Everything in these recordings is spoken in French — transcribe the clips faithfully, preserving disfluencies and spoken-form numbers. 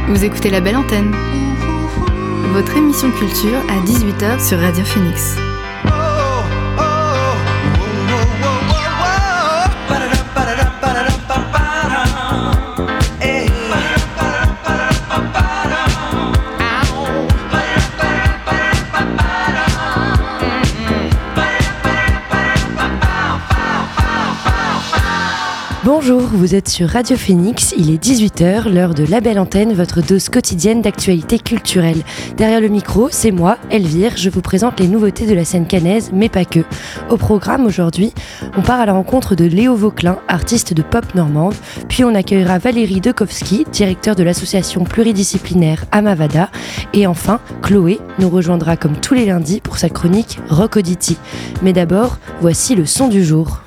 Vous écoutez La Belle Antenne, votre émission culture à dix-huit heures sur Radio Phoenix. Bonjour, vous êtes sur Radio Phoenix, il est dix-huit heures, l'heure de La Belle Antenne, votre dose quotidienne d'actualité culturelle. Derrière le micro, c'est moi, Elvire, je vous présente les nouveautés de la scène caennaise, mais pas que. Au programme aujourd'hui, on part à la rencontre de Léo Vauquelin, artiste de pop normande, puis on accueillera Valérie Dekowski, directeur de l'association pluridisciplinaire Amavada, et enfin, Chloé nous rejoindra comme tous les lundis pour sa chronique Rock Auditi. Mais d'abord, voici le son du jour.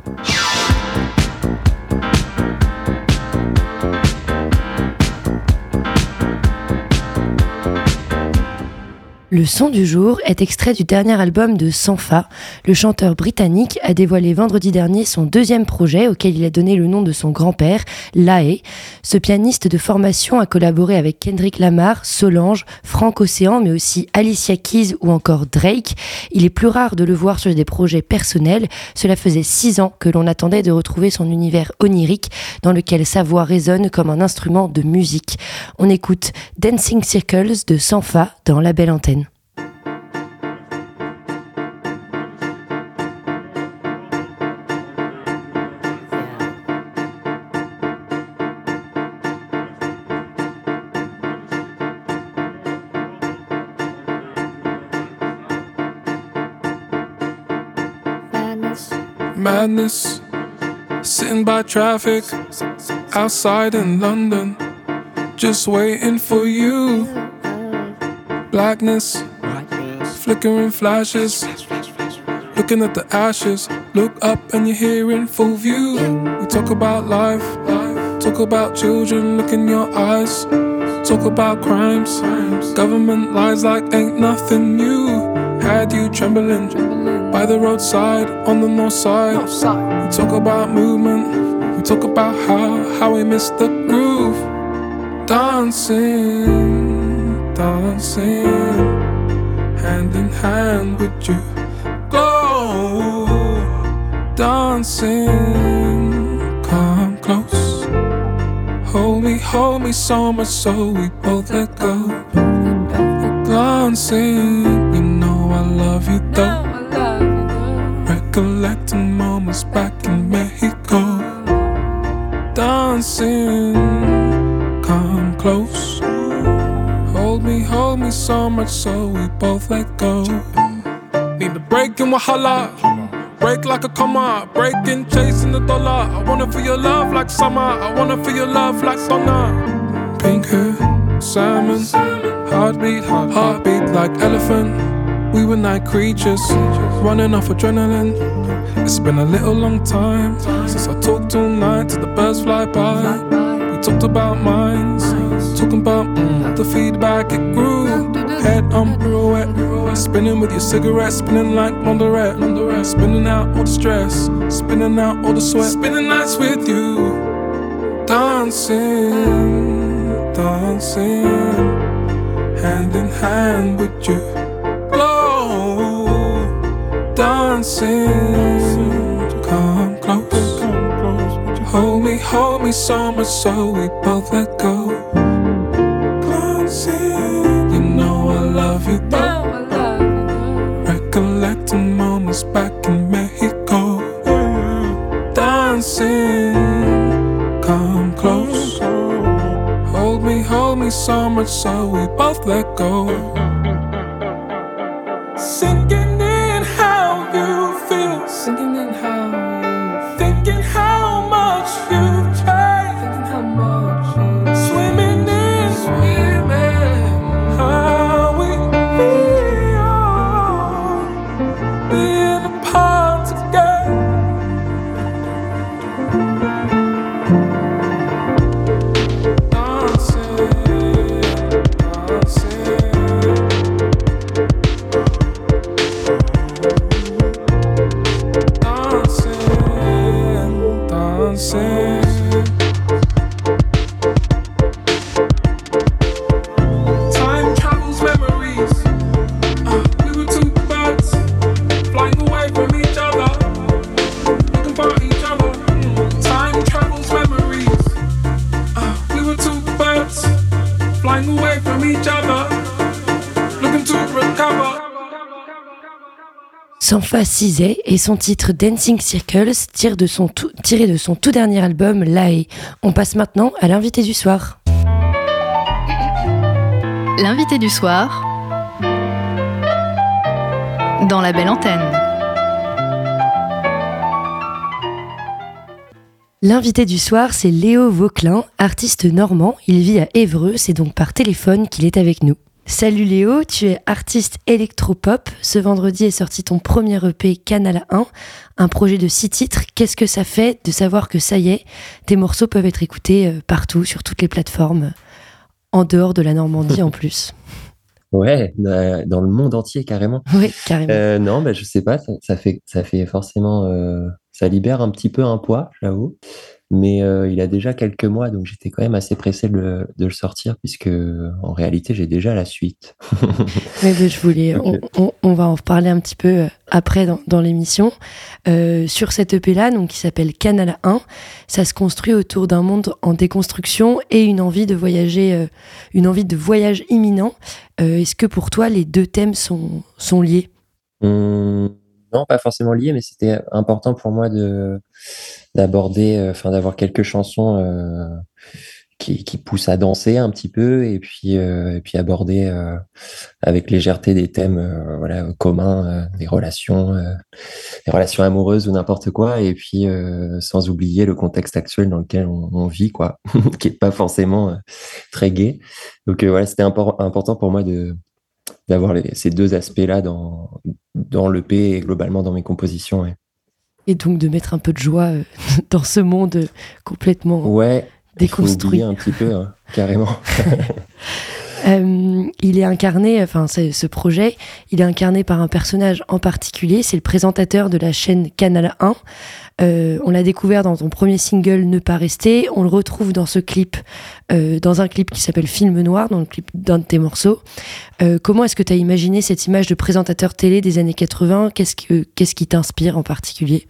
Le son du jour est extrait du dernier album de Sampha. Le chanteur britannique a dévoilé vendredi dernier son deuxième projet auquel il a donné le nom de son grand-père, Lae. Ce pianiste de formation a collaboré avec Kendrick Lamar, Solange, Frank Ocean, mais aussi Alicia Keys ou encore Drake. Il est plus rare de le voir sur des projets personnels. Cela faisait six ans que l'on attendait de retrouver son univers onirique dans lequel sa voix résonne comme un instrument de musique. On écoute Dancing Circles de Sampha dans La Belle Antenne. Madness, sitting by traffic, outside in London, just waiting for you. Blackness, flickering flashes, looking at the ashes. Look up and you're here in full view. We talk about life, talk about children, look in your eyes. Talk about crimes, government lies like ain't nothing new. Had you trembling by the roadside on the north side. We talk about movement, we talk about how, how we missed the groove. Dancing, dancing, hand in hand with you. Go, dancing, come close. Hold me, hold me so much so we both let go. Glancing, you know I love you though. Recollecting moments back in Mexico. Dancing, come close. Hold me, hold me so much so we both let go. Need a break in Wahala. Break like a comma. Breaking, chasing the dollar. I wanna feel your love like summer. I wanna feel your love like Donna. Pink hair, salmon. Heartbeat, heartbeat like elephant. We were night creatures, running off adrenaline. It's been a little long time since I talked all night till the birds fly by. We talked about minds, talking about mm, the feedback it grew. Head on pirouette, spinning with your cigarette, spinning like Mondorette. Spinning out all the stress, spinning out all the sweat, spinning nights with you. Dancing, dancing, hand in hand with you. Dancing, come close. Hold me, hold me so much so we both let go. Glancing, you know I love you though. Recollecting moments back in Mexico. Dancing, come close. Hold me, hold me so much so we both let go. Sinking in how you feel, sinking in how you feel, thinking how much you've changed, thinking how much you've swimming in, swimming how we feel, being apart together. Dancing, dancing. flying away from each other, looking to recover. Sampha Sizay et son titre Dancing Circles tiré de son tout, tiré de son tout dernier album Lae. On passe maintenant à l'invité du soir. L'invité du soir dans la belle antenne. L'invité du soir, c'est Léo Vauquelin, artiste normand. Il vit à Évreux, c'est donc par téléphone qu'il est avec nous. Salut Léo, tu es artiste électropop. Ce vendredi est sorti ton premier E P Canal un, un projet de six titres. Qu'est-ce que ça fait de savoir que ça y est, tes morceaux peuvent être écoutés partout, sur toutes les plateformes, en dehors de la Normandie en plus? Ouais, dans le monde entier carrément. Oui, carrément. Euh, non, bah, je sais pas, ça, ça fait, ça fait forcément, euh, ça libère un petit peu un poids, j'avoue. Mais euh, il a déjà quelques mois, donc j'étais quand même assez pressé de le, de le sortir, puisque en réalité j'ai déjà la suite. Mais ben, je voulais, okay. on, on, on va en reparler un petit peu après dans, dans l'émission. Euh, sur cette E P-là, donc qui s'appelle Canal un, ça se construit autour d'un monde en déconstruction et une envie de voyager, euh, une envie de voyage imminent. Euh, est-ce que pour toi les deux thèmes sont, sont liés? Hum, Non, pas forcément liés, mais c'était important pour moi de d'aborder, enfin euh, d'avoir quelques chansons euh, qui, qui poussent à danser un petit peu, et puis euh, et puis aborder euh, avec légèreté des thèmes euh, voilà communs, euh, des relations, euh, des relations amoureuses ou n'importe quoi, et puis euh, sans oublier le contexte actuel dans lequel on, on vit, quoi, qui est pas forcément euh, très gai. Donc euh, voilà, c'était impor- important pour moi de d'avoir les, ces deux aspects-là dans dans l'E P et globalement dans mes compositions. Ouais. Et donc de mettre un peu de joie euh, dans ce monde euh, complètement ouais, déconstruit. Il faut oublier un petit peu, hein, carrément. euh, il est incarné, enfin ce projet, il est incarné par un personnage en particulier, c'est le présentateur de la chaîne Canal un. Euh, on l'a découvert dans ton premier single Ne pas rester, on le retrouve dans ce clip, euh, dans un clip qui s'appelle Film Noir, dans le clip d'un de tes morceaux. Euh, comment est-ce que tu as imaginé cette image de présentateur télé des années quatre-vingts? Qu'est-ce que, qu'est-ce qui t'inspire en particulier?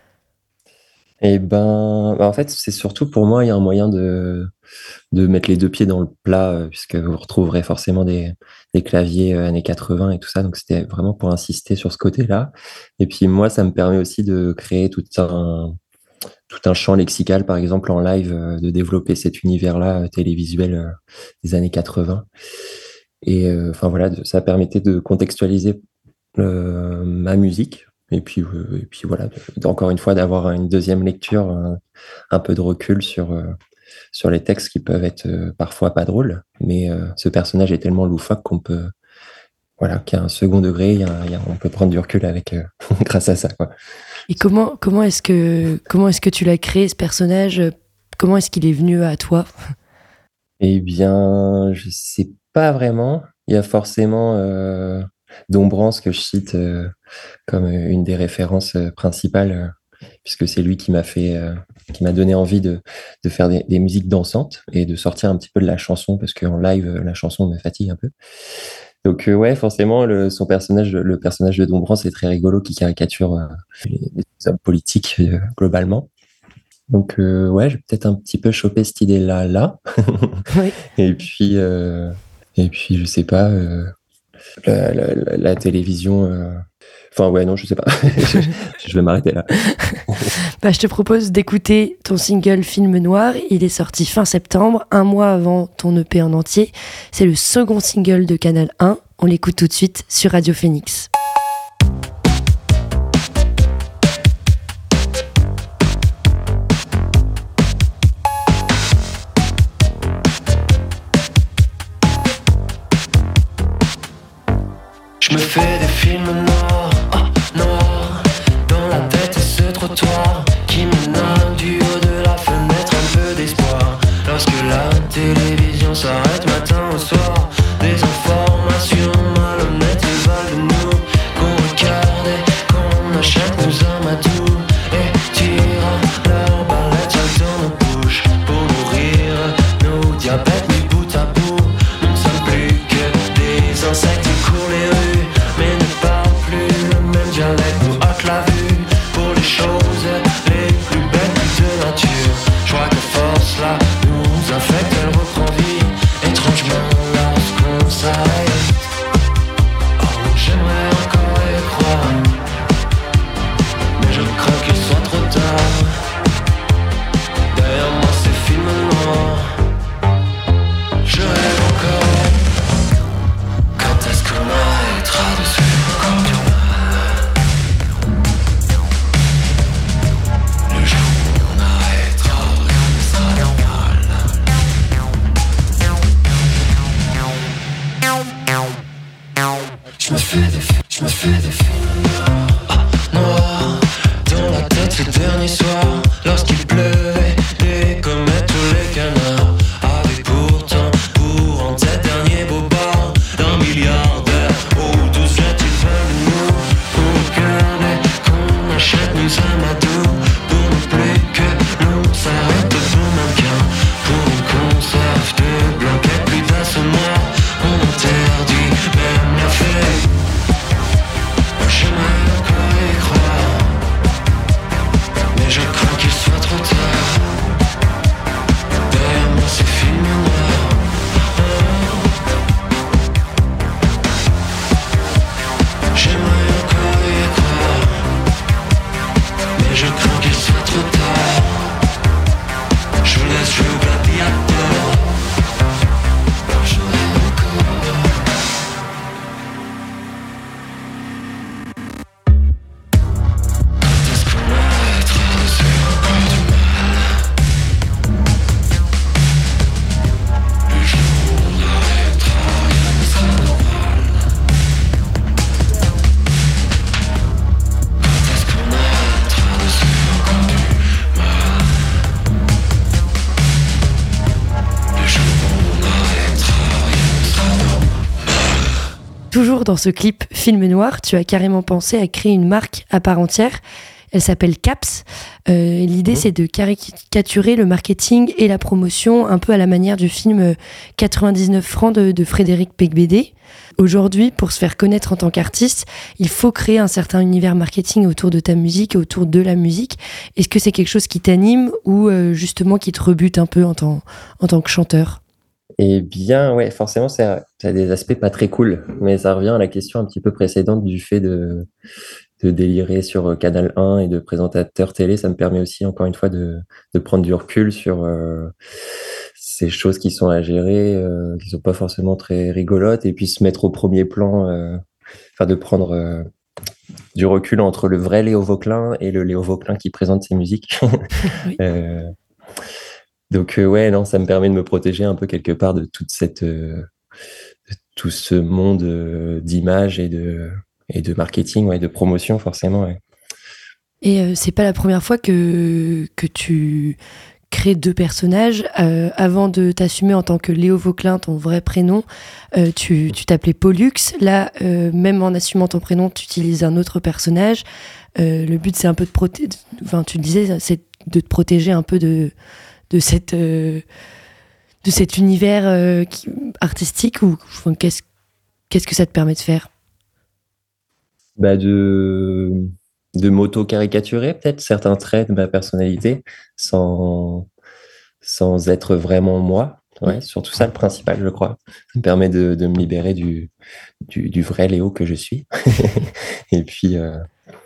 Eh ben, en fait, c'est surtout pour moi, il y a un moyen de, de mettre les deux pieds dans le plat, euh, puisque vous retrouverez forcément des, des claviers euh, années quatre-vingts et tout ça. Donc, c'était vraiment pour insister sur ce côté-là. Et puis, moi, ça me permet aussi de créer tout un, tout un champ lexical, par exemple, en live, euh, de développer cet univers-là euh, télévisuel euh, des années quatre-vingts. Et enfin, euh, voilà, ça permettait de contextualiser euh, ma musique. Et puis, euh, et puis voilà, de, encore une fois, d'avoir une deuxième lecture, un, un peu de recul sur, euh, sur les textes qui peuvent être euh, parfois pas drôles. Mais euh, ce personnage est tellement loufoque qu'on peut, voilà, qu'il y a un second degré, il y a, il y a, on peut prendre du recul avec, euh, grâce à ça, quoi. Et comment, comment est-ce que, comment est-ce que tu l'as créé, ce personnage? Comment est-ce qu'il est venu à toi? Eh bien, je sais pas vraiment. Il y a forcément euh, Dombrance que je cite euh, comme une des références euh, principales, euh, puisque c'est lui qui m'a fait, euh, qui m'a donné envie de, de faire des, des musiques dansantes et de sortir un petit peu de la chanson, parce qu'en live, la chanson me fatigue un peu. Donc euh, ouais, forcément, le, son personnage, le personnage de Dombrance est très rigolo, qui caricature euh, les, les hommes politiques euh, globalement. Donc euh, ouais, j'ai peut-être un petit peu chopé cette idée-là, là. Oui. Et puis, euh, et puis, je sais pas, euh, la, la, la, la télévision. Euh... Enfin ouais, non, je sais pas. je, je vais m'arrêter là. Bah, je te propose d'écouter ton single Film Noir. Il est sorti fin septembre, un mois avant ton E P en entier. C'est le second single de Canal un. On l'écoute tout de suite sur Radio Phoenix. Je me fais des films noirs, oh, noirs. Dans la tête ce trottoir qui m'énerve du haut de la fenêtre, un peu d'espoir. Lorsque la télévision s'arrête matin au soir, des informations malhonnêtes valent de nous, qu'on regarde et qu'on achète nos amadous et tirent leur balette dans nos bouches pour nourrir nos diabètes mis bout à bout. Nous ne sommes plus que des insectes qui courent les rues, mais ne parle plus le même dialecte, nous hâte la vue pour les choses les plus belles de nature. Je crois que force là nous infecte, elle reprend vie étrangement. toujours dans ce clip film noir, tu as carrément pensé à créer une marque à part entière. Elle s'appelle Caps. Euh, l'idée, mmh. c'est de caricaturer le marketing et la promotion un peu à la manière du film quatre-vingt-dix-neuf francs de, de Frédéric Beigbeder. Aujourd'hui, pour se faire connaître en tant qu'artiste, il faut créer un certain univers marketing autour de ta musique et autour de la musique. Est-ce que c'est quelque chose qui t'anime ou euh, justement qui te rebute un peu en tant, en tant que chanteur ? Eh bien, ouais, forcément, ça, ça a des aspects pas très cool, mais ça revient à la question un petit peu précédente du fait de, de délirer sur Canal un et de présentateur télé. Ça me permet aussi, encore une fois, de, de prendre du recul sur euh, ces choses qui sont à gérer, euh, qui sont pas forcément très rigolotes, et puis se mettre au premier plan, euh, enfin, de prendre euh, du recul entre le vrai Léo Vauquelin et le Léo Vauquelin qui présente ses musiques. Oui. euh, Donc euh, ouais, non, ça me permet de me protéger un peu quelque part de toute cette, euh, de tout ce monde euh, d'images et de et de marketing, ouais, de promotion forcément. Ouais. Et euh, c'est pas la première fois que que tu crées deux personnages. Euh, avant de t'assumer en tant que Léo Vauquelin, ton vrai prénom, euh, tu tu t'appelais Pollux. Là, euh, même en assumant ton prénom, tu utilises un autre personnage. Euh, le but, c'est un peu de protéger. Enfin, tu le disais, c'est de te protéger un peu de de cette euh, de cet univers euh, qui, artistique ou enfin, qu'est-ce qu'est-ce que ça te permet de faire? Bah de de m'auto-caricaturer peut-être certains traits de ma personnalité sans sans être vraiment moi. Ouais, surtout ça le principal, je crois. Ça me permet de de me libérer du du, du vrai Léo que je suis. et puis euh,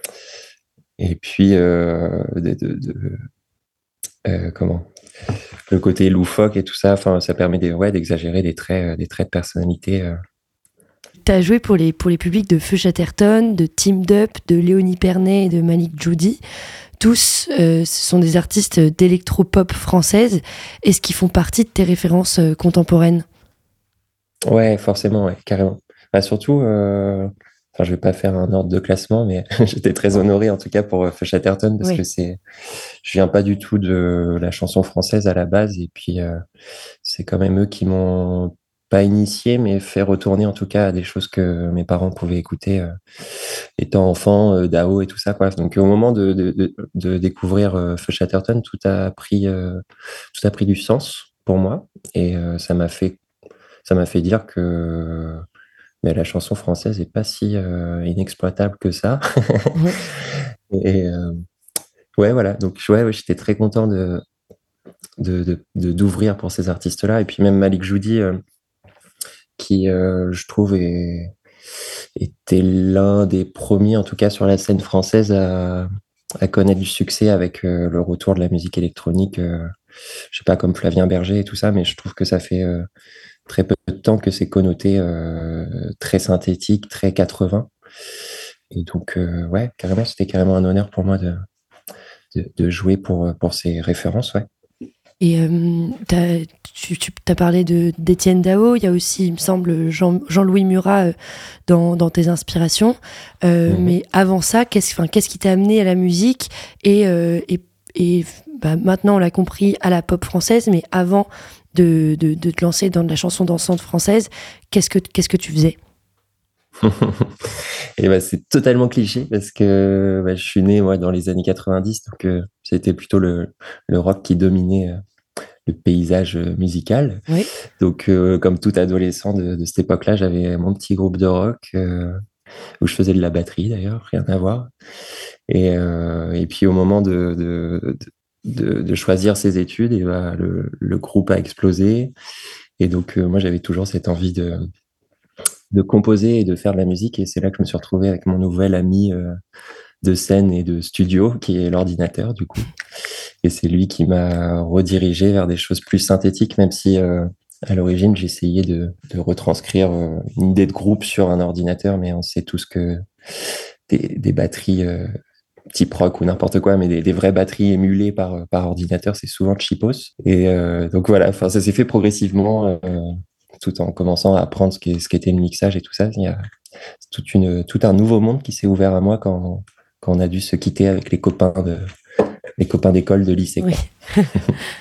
et puis euh, de, de, de euh, comment le côté loufoque et tout ça, enfin, ça permet de, ouais, d'exagérer des traits, des traits de personnalité. Euh. Tu as joué pour les, pour les publics de Feu Chatterton, de Teamed Up, de Léonie Pernet et de Malik Djoudi. Tous, euh, ce sont des artistes d'électropop française. Est-ce qu'ils font partie de tes références euh, contemporaines ? Ouais, forcément, ouais, carrément. Bah, surtout, euh, enfin, je vais pas faire un ordre de classement, mais j'étais très honoré en tout cas pour Feu Chatterton parce oui. que c'est, je viens pas du tout de la chanson française à la base et puis euh, c'est quand même eux qui m'ont pas initié, mais fait retourner en tout cas à des choses que mes parents pouvaient écouter euh, étant enfant, euh, Dao et tout ça, quoi. Donc au moment de, de, de, de découvrir euh, Feu Chatterton, tout a pris, euh, tout a pris du sens pour moi et euh, ça m'a fait, ça m'a fait dire que mais la chanson française est pas si euh, inexploitable que ça. Ouais. et euh, ouais, voilà. Donc ouais, ouais, j'étais très content de, de, de, de d'ouvrir pour ces artistes-là et puis même Malik Djoudi. Euh, qui, euh, je trouve, est, était l'un des premiers, en tout cas sur la scène française, à, à connaître du succès avec euh, le retour de la musique électronique. Euh, je sais pas, comme Flavien Berger et tout ça, mais je trouve que ça fait euh, très peu de temps que c'est connoté euh, très synthétique, très quatre-vingts. Et donc, euh, ouais, carrément, c'était carrément un honneur pour moi de, de, de jouer pour, pour ces références, ouais. Et euh, t'as, tu, tu as parlé de, d'Étienne Dao, il y a aussi, il me semble, Jean, Jean-Louis Murat euh, dans, dans tes inspirations. Euh, mmh. Mais avant ça, qu'est-ce, enfin, qu'est-ce qui t'a amené à la musique et, euh, et, et bah, maintenant, on l'a compris, à la pop française, mais avant de, de, de te lancer dans de la chanson dansante française, qu'est-ce que, qu'est-ce que tu faisais ? Et bah, c'est totalement cliché parce que bah, je suis né moi dans les années quatre-vingt-dix, donc euh, c'était plutôt le, le rock qui dominait euh, le paysage musical. Oui. Donc euh, comme tout adolescent de, de cette époque-là, j'avais mon petit groupe de rock euh, où je faisais de la batterie d'ailleurs, rien à voir. Et, euh, et puis au moment de, de, de, de choisir ses études, et bah, le, le groupe a explosé. Et donc euh, moi j'avais toujours cette envie de de composer et de faire de la musique, et c'est là que je me suis retrouvé avec mon nouvel ami euh, de scène et de studio, qui est l'ordinateur du coup, et c'est lui qui m'a redirigé vers des choses plus synthétiques, même si euh, à l'origine j'essayais de, de retranscrire euh, une idée de groupe sur un ordinateur, mais on sait tous que des, des batteries euh, type rock ou n'importe quoi, mais des, des vraies batteries émulées par, par ordinateur, c'est souvent cheapos, et euh, donc voilà, enfin ça s'est fait progressivement euh, tout en commençant à apprendre ce qu'est, ce qu'était le mixage et tout ça. Il y a toute une, tout un nouveau monde qui s'est ouvert à moi quand, quand on a dû se quitter avec les copains, de, les copains d'école, de lycée. Oui.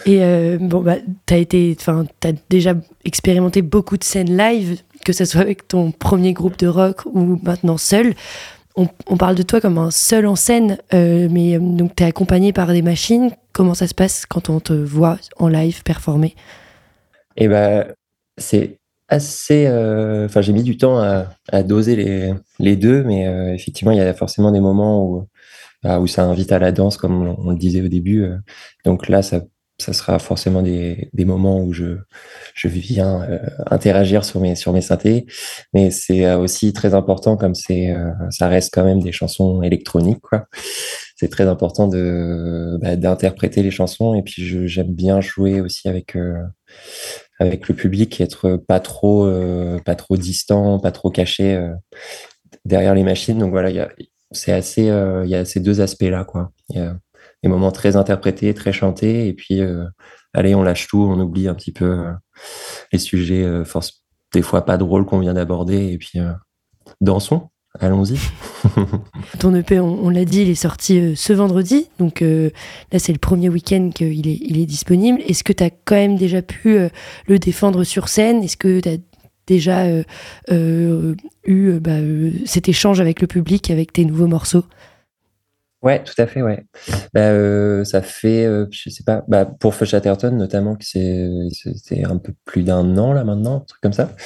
Et euh, bon, bah, t'as été, enfin, t'as déjà expérimenté beaucoup de scènes live, que ce soit avec ton premier groupe de rock ou maintenant seul. On, on parle de toi comme un seul en scène, euh, mais euh, donc t'es accompagné par des machines. Comment ça se passe quand on te voit en live performer? Et ben, c'est assez. Enfin, euh, j'ai mis du temps à, à doser les, les deux, mais euh, effectivement, il y a forcément des moments où, ah, où ça invite à la danse, comme on, on le disait au début. Euh, donc là, ça, ça sera forcément des, des moments où je, je viens euh, interagir sur mes, sur mes synthés. Mais c'est euh, aussi très important, comme c'est, euh, ça reste quand même des chansons électroniques, quoi. C'est très important de, bah, d'interpréter les chansons. Et puis, je, j'aime bien jouer aussi avec, euh, avec le public, être pas trop, euh, pas trop distant, pas trop caché euh, derrière les machines. Donc voilà, il y a, c'est assez, euh, il y a ces deux aspects-là, quoi. Il y a des moments très interprétés, très chantés, et puis, euh, allez, on lâche tout, on oublie un petit peu euh, les sujets, euh, force, des fois pas drôles qu'on vient d'aborder, et puis euh, dansons, allons-y. Ton E P, on, on l'a dit, il est sorti euh, ce vendredi, donc euh, là c'est le premier week-end qu'il est, il est disponible. Est-ce que tu as quand même déjà pu euh, le défendre sur scène? Est-ce que tu as déjà euh, euh, eu euh, bah, euh, cet échange avec le public, avec tes nouveaux morceaux? Ouais, tout à fait, ouais. Bah, euh, ça fait, euh, je sais pas, bah, pour Full Chatterton notamment, que c'est, c'était un peu plus d'un an là maintenant, un truc comme ça.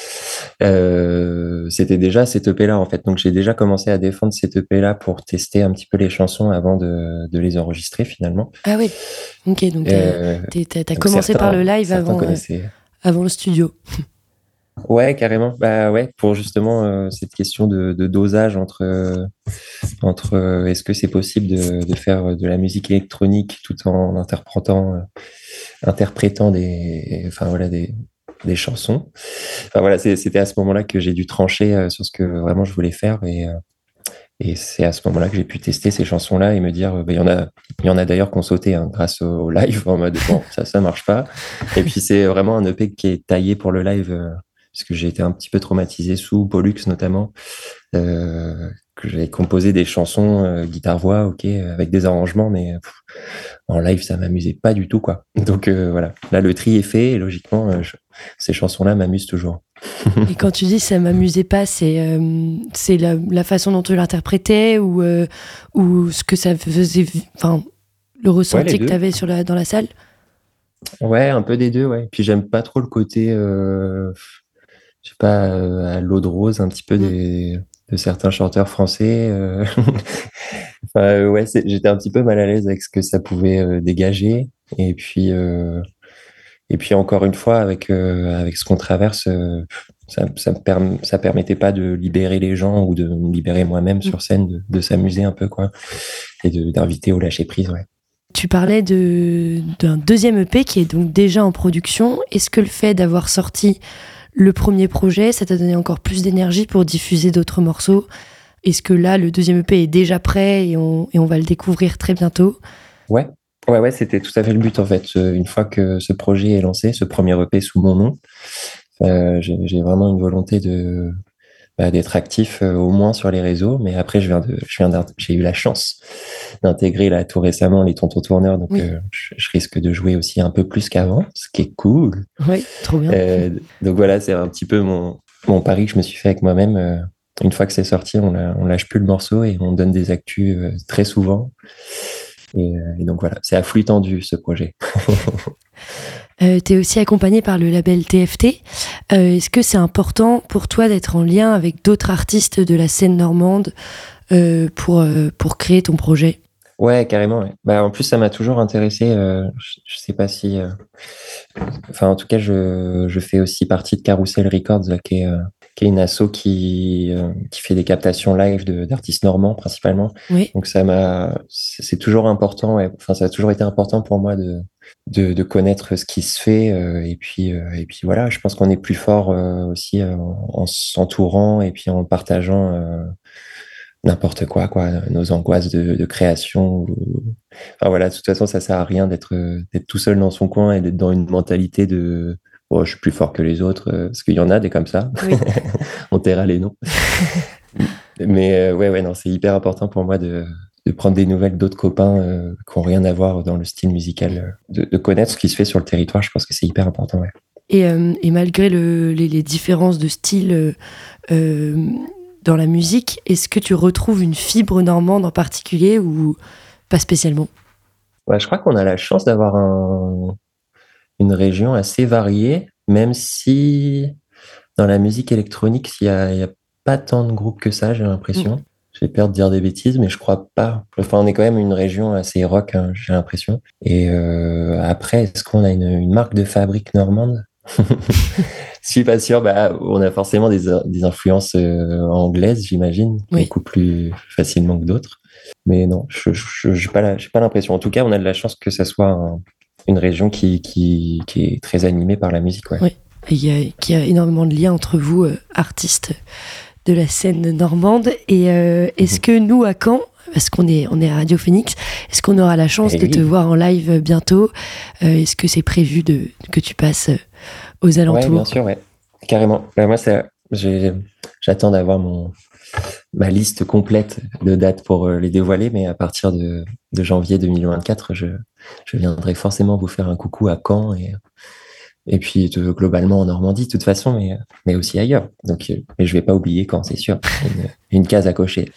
Euh, c'était déjà cet E P-là en fait, donc j'ai déjà commencé à défendre cet E P-là pour tester un petit peu les chansons avant de, de les enregistrer finalement. Ah oui, ok, donc Euh, t'as, t'as, t'as donc commencé certains, par le live certains avant, euh, connaissaient. avant le studio. Ouais, carrément. Bah ouais, pour justement euh, cette question de, de dosage entre euh, entre euh, est-ce que c'est possible de, de faire de la musique électronique tout en interprétant euh, interprétant des enfin voilà des des chansons. Enfin voilà, c'est, c'était à ce moment-là que j'ai dû trancher euh, sur ce que vraiment je voulais faire et euh, et c'est à ce moment-là que j'ai pu tester ces chansons-là et me dire euh, bah, il y en a il y en a d'ailleurs qui ont sauté hein, grâce au, au live en mode bon ça ça marche pas. Et puis c'est vraiment un E P qui est taillé pour le live. Euh, parce que j'ai été un petit peu traumatisé sous Pollux notamment, euh, que j'avais composé des chansons euh, guitare-voix, ok, avec des arrangements, mais pff, en live ça m'amusait pas du tout quoi. Donc euh, voilà, là le tri est fait et logiquement euh, je, ces chansons-là m'amusent toujours. Et quand tu dis ça m'amusait pas, c'est euh, c'est la, la façon dont tu l'interprétais ou euh, ou ce que ça faisait, enfin le ressenti Ouais, que tu avais sur la dans la salle. Ouais, un peu des deux, ouais. Puis j'aime pas trop le côté euh, je sais pas, euh, à l'eau de rose un petit peu des, de certains chanteurs français. Euh... enfin, euh, ouais, c'est, j'étais un petit peu mal à l'aise avec ce que ça pouvait euh, dégager. Et puis, euh, et puis encore une fois, avec, euh, avec ce qu'on traverse, euh, ça, ça, me perm- ça permettait pas de libérer les gens ou de me libérer moi-même sur scène, de, de s'amuser un peu, quoi, et de, d'inviter au lâcher prise, ouais. Tu parlais de, d'un deuxième E P qui est donc déjà en production. Est-ce que le fait d'avoir sorti le premier projet, ça t'a donné encore plus d'énergie pour diffuser d'autres morceaux? Est-ce que là, le deuxième E P est déjà prêt et on, et on va le découvrir très bientôt? Ouais, ouais, ouais, c'était tout à fait le but en fait. Une fois que ce projet est lancé, ce premier E P sous mon nom, euh, j'ai, j'ai vraiment une volonté de bah, d'être actif euh, au moins sur les réseaux. Mais après, je viens de, je viens j'ai eu la chance d'intégrer là tout récemment les Tontons Tourneurs, donc oui. euh, je, je risque de jouer aussi un peu plus qu'avant, ce qui est cool. Oui, trop bien. Euh, donc voilà, c'est un petit peu mon mon pari que je me suis fait avec moi-même. Euh, une fois que c'est sorti, on, la, on lâche plus le morceau et on donne des actus euh, très souvent. Et, euh, et donc voilà, c'est à flux tendu ce projet. Euh, tu es aussi accompagné par le label T F T. Euh, est-ce que c'est important pour toi d'être en lien avec d'autres artistes de la scène normande euh, pour, euh, pour créer ton projet? Ouais, carrément. Ouais. Bah, en plus, ça m'a toujours intéressé. Euh, je, je sais pas si... Euh... Enfin, en tout cas, je, je fais aussi partie de Carousel Records, là, qui est... Euh... qui est une asso qui, euh, qui fait des captations live de, d'artistes normands principalement. Oui. Donc ça m'a, c'est toujours important, ouais. Enfin ça a toujours été important pour moi de, de, de connaître ce qui se fait euh, et puis euh, et puis voilà, je pense qu'on est plus fort euh, aussi euh, en s'entourant et puis en partageant euh, n'importe quoi, quoi, nos angoisses de, de création. Ou... Enfin voilà, de toute façon ça sert à rien d'être d'être tout seul dans son coin et d'être dans une mentalité de oh, je suis plus fort que les autres, euh, parce qu'il y en a des comme ça. Oui. On taira les noms. Mais euh, ouais, ouais, non, c'est hyper important pour moi de, de prendre des nouvelles d'autres copains euh, qui n'ont rien à voir dans le style musical, euh, de, de connaître ce qui se fait sur le territoire. Je pense que c'est hyper important. Ouais. Et, euh, et malgré le, les, les différences de style euh, euh, dans la musique, est-ce que tu retrouves une fibre normande en particulier ou pas spécialement ? Ouais, je crois qu'on a la chance d'avoir un, une région assez variée, même si dans la musique électronique, il n'y a, y a pas tant de groupes que ça, j'ai l'impression. Mmh. J'ai peur de dire des bêtises, mais je crois pas. Enfin, on est quand même une région assez rock, hein, j'ai l'impression. Et euh, après, est-ce qu'on a une, une marque de fabrique normande ? Je suis pas sûr. Bah, on a forcément des, des influences euh, anglaises, j'imagine, oui. Beaucoup plus facilement que d'autres. Mais non, je n'ai pas, pas l'impression. En tout cas, on a de la chance que ça soit un, une région qui, qui, qui est très animée par la musique. Ouais. Oui, il y a, qu'il y a énormément de liens entre vous, euh, artistes de la scène normande. Et euh, est-ce mmh. que nous, à Caen, parce qu'on est, on est à Radio Phoenix, est-ce qu'on aura la chance et de oui. te voir en live bientôt ? euh, Est-ce que c'est prévu de, que tu passes aux alentours ? Oui, bien sûr, ouais. Carrément. Là, moi, ça, j'ai, j'attends d'avoir mon, ma liste complète de dates pour les dévoiler, mais à partir de, de janvier deux mille vingt-quatre, je, je viendrai forcément vous faire un coucou à Caen et... Et puis, de, globalement, en Normandie, de toute façon, mais, mais aussi ailleurs. Donc, mais je ne vais pas oublier Caen, c'est sûr. Une, une case à cocher.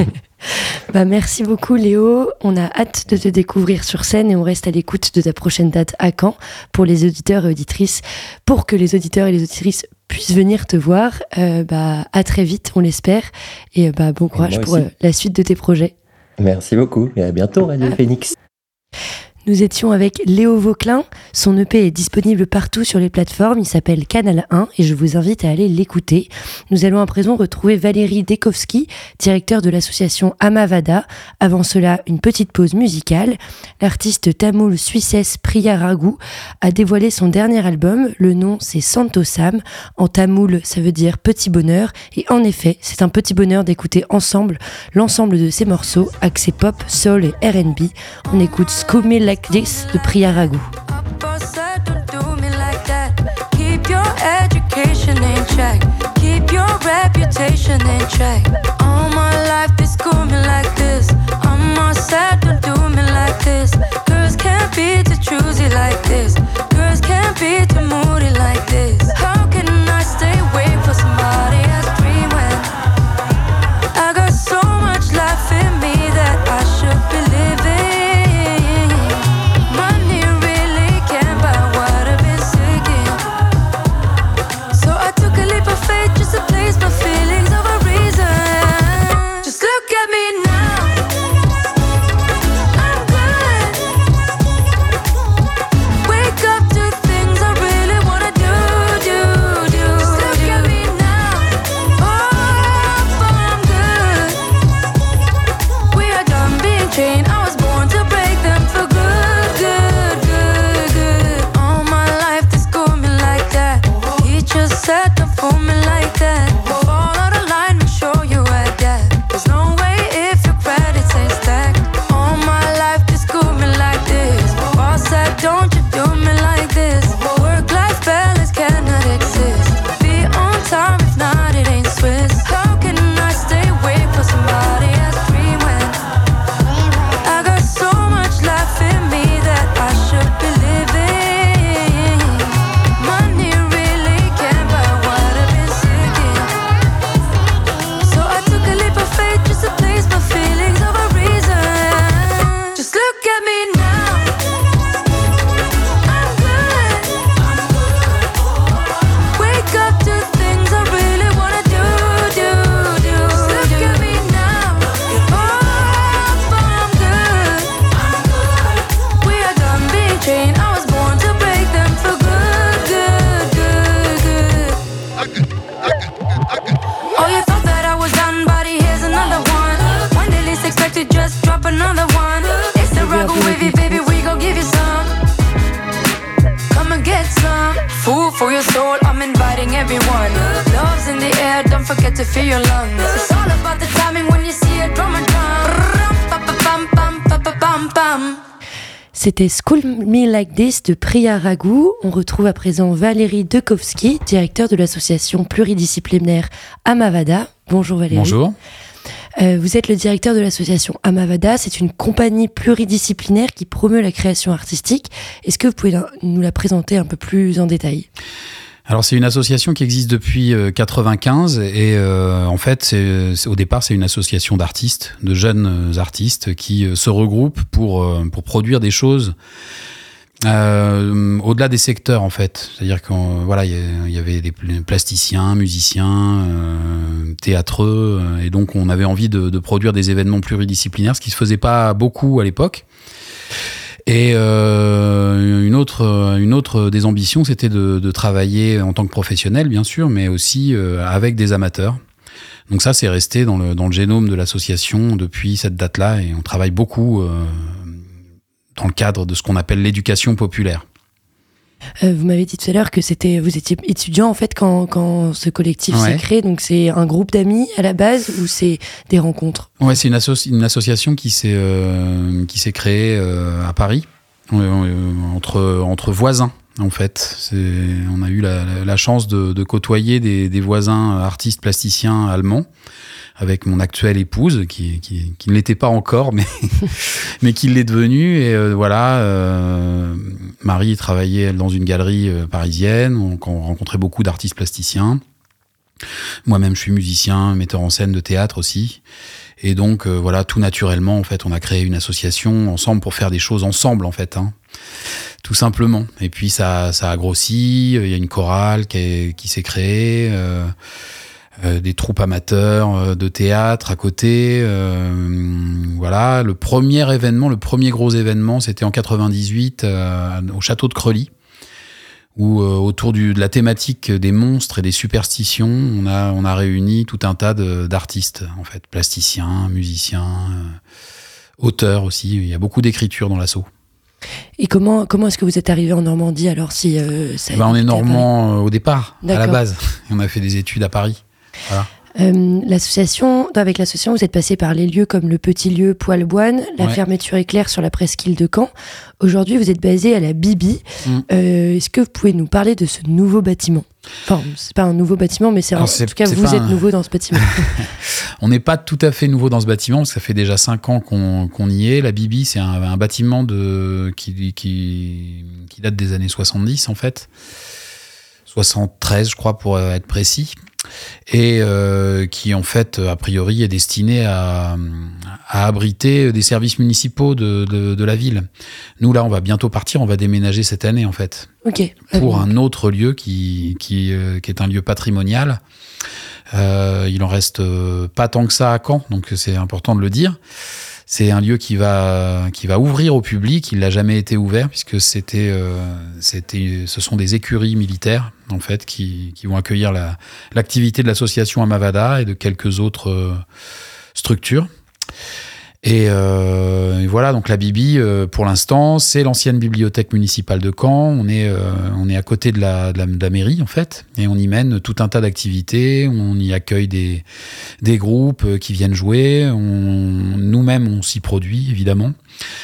Bah, merci beaucoup, Léo. On a hâte de te découvrir sur scène et on reste à l'écoute de ta prochaine date à Caen pour les auditeurs et auditrices. Pour que les auditeurs et les auditrices puissent venir te voir, euh, bah, à très vite, on l'espère. Et bah, bon courage pour euh, la suite de tes projets. Merci beaucoup et à bientôt, Radio ah. Phoenix. Nous étions avec Léo Vauquelin. Son E P est disponible partout sur les plateformes. Il s'appelle Canal un et je vous invite à aller l'écouter. Nous allons à présent retrouver Valérie Dekowski, directeur de l'association Amavada. Avant cela, une petite pause musicale. L'artiste tamoul suissesse Priya Raghu a dévoilé son dernier album. Le nom, c'est Santosam. En tamoul, ça veut dire petit bonheur. Et en effet, c'est un petit bonheur d'écouter ensemble l'ensemble de ses morceaux, axés pop, soul et R and B. On écoute School Me Like This de Priya Raghu. Keep your education in check. Keep your reputation in check. All my life they school me like this. I'm all sad, don't do me like this. Girls can't be too choosy like this. Girls can't be too moody like this. How can I stay away from somebody else dream when I got so much life in me that I should be living? My feelings of a reason. Just look at me now. I'm good. Wake up to things I really wanna do, do, do. Just look at me now. Oh, I'm good. We are done being chained. I was born to break them for good, good, good, good. All my life they school me like that. Teachers said don't fool me like that. Don't you do me like this. Work-life balance cannot exist. Be on time, if not it ain't Swiss. How can I stay away from somebody else dream when I got so much life in me that I should be living? Money really can't buy what I've been seeking. So I took a leap of faith just to place my feelings of a reason. Just look at me now. Another one. It's the Raghu wavy, baby, we gon' give you some. Come and get some. Food for your soul, I'm inviting everyone. Love's in the air, don't forget to fill your lungs. It's all about the timing when you see a drum and drum. C'était School Me Like This de Priya Raghu. On retrouve à présent Valérie Dekowski, directeur de l'association pluridisciplinaire Amavada. Bonjour Valérie. Bonjour. Euh, vous êtes le directeur de l'association Amavada. C'est une compagnie pluridisciplinaire qui promeut la création artistique. Est-ce que vous pouvez nous la présenter un peu plus en détail ? Alors c'est une association qui existe depuis euh, quatre-vingt-quinze et euh, en fait c'est, c'est, au départ c'est une association d'artistes, de jeunes artistes qui euh, se regroupent pour, euh, pour produire des choses euh, au-delà des secteurs en fait. C'est-à-dire qu'il voilà, y, y avait des plasticiens, musiciens, euh, théâtreux et donc on avait envie de, de produire des événements pluridisciplinaires, ce qui se faisait pas beaucoup à l'époque. Et euh, une autre, une autre des ambitions, c'était de, de travailler en tant que professionnel, bien sûr, mais aussi euh, avec des amateurs. Donc ça, c'est resté dans le, dans le génome de l'association depuis cette date-là, et on travaille beaucoup euh, dans le cadre de ce qu'on appelle l'éducation populaire. Euh, vous m'avez dit tout à l'heure que c'était, vous étiez étudiant en fait quand, quand ce collectif ouais. s'est créé. Donc c'est un groupe d'amis à la base ou c'est des rencontres ? Ouais, c'est une, asso- une association qui s'est, euh, qui s'est créée euh, à Paris euh, entre, entre voisins en fait. C'est, on a eu la, la chance de, de côtoyer des, des voisins artistes plasticiens allemands avec mon actuelle épouse, qui, qui, qui ne l'était pas encore, mais, mais qui l'est devenue. Et euh, voilà, euh, Marie travaillait dans une galerie euh, parisienne, on, on rencontrait beaucoup d'artistes plasticiens. Moi-même, je suis musicien, metteur en scène de théâtre aussi. Et donc, euh, voilà, tout naturellement, en fait, on a créé une association ensemble pour faire des choses ensemble, en fait, hein, tout simplement. Et puis, ça, ça a grossi, il y a une chorale qui, est, qui s'est créée, euh, Euh, des troupes amateurs euh, de théâtre à côté. Euh, voilà, le premier événement, le premier gros événement, c'était en quatre-vingt-dix-huit euh, au château de Creully, où euh, autour du, de la thématique des monstres et des superstitions, on a, on a réuni tout un tas de, d'artistes, en fait, plasticiens, musiciens, euh, auteurs aussi. Il y a beaucoup d'écriture dans l'asso. Et comment, comment est-ce que vous êtes arrivé en Normandie alors si euh, ça ben, on est normand au départ, D'accord. à la base. On a fait des études à Paris. Voilà. Euh, l'association, avec l'association, vous êtes passé par les lieux comme le Petit Lieu, Poilboine, la ouais. fermeture éclair sur la presqu'île de Caen. Aujourd'hui, vous êtes basé à la Bibi. Mm. Euh, est-ce que vous pouvez nous parler de ce nouveau bâtiment ? Enfin, c'est pas un nouveau bâtiment, mais c'est, Alors, un, c'est en tout cas, vous êtes un... nouveau dans ce bâtiment. On n'est pas tout à fait nouveau dans ce bâtiment, parce que ça fait déjà cinq ans qu'on, qu'on y est. La Bibi, c'est un, un bâtiment de, qui, qui, qui date des années soixante-dix, en fait. soixante-treize, je crois, pour être précis. Et euh, qui en fait a priori est destiné à, à abriter des services municipaux de, de, de la ville. Nous là on va bientôt partir, on va déménager cette année en fait, okay. pour un autre lieu qui, qui, euh, qui est un lieu patrimonial. Euh, il en reste euh, pas tant que ça à Caen, donc c'est important de le dire. C'est un lieu qui va, qui va ouvrir au public. Il n'a jamais été ouvert puisque c'était, euh, c'était, ce sont des écuries militaires en fait qui, qui vont accueillir la, l'activité de l'association Amavada et de quelques autres euh, structures. Et, euh, et voilà, donc la Bibi, euh, pour l'instant, c'est l'ancienne bibliothèque municipale de Caen. On est, euh, on est à côté de la, de, la, de la mairie, en fait, et on y mène tout un tas d'activités. On y accueille des, des groupes qui viennent jouer. On, nous-mêmes, on s'y produit, évidemment.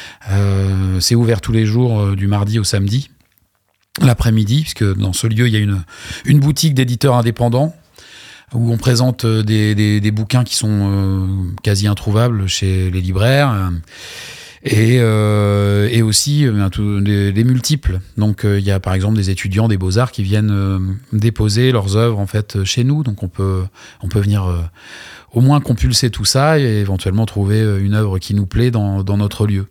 Euh, c'est ouvert tous les jours, euh, du mardi au samedi, l'après-midi, puisque dans ce lieu, il y a une, une boutique d'éditeurs indépendants, où on présente des, des, des bouquins qui sont euh, quasi introuvables chez les libraires, et, euh, et aussi euh, tout, des, des multiples. Donc il euh, y a par exemple des étudiants des Beaux-Arts qui viennent euh, déposer leurs œuvres en fait chez nous, donc on peut, on peut venir euh, au moins compulser tout ça et éventuellement trouver une œuvre qui nous plaît dans, dans notre lieu.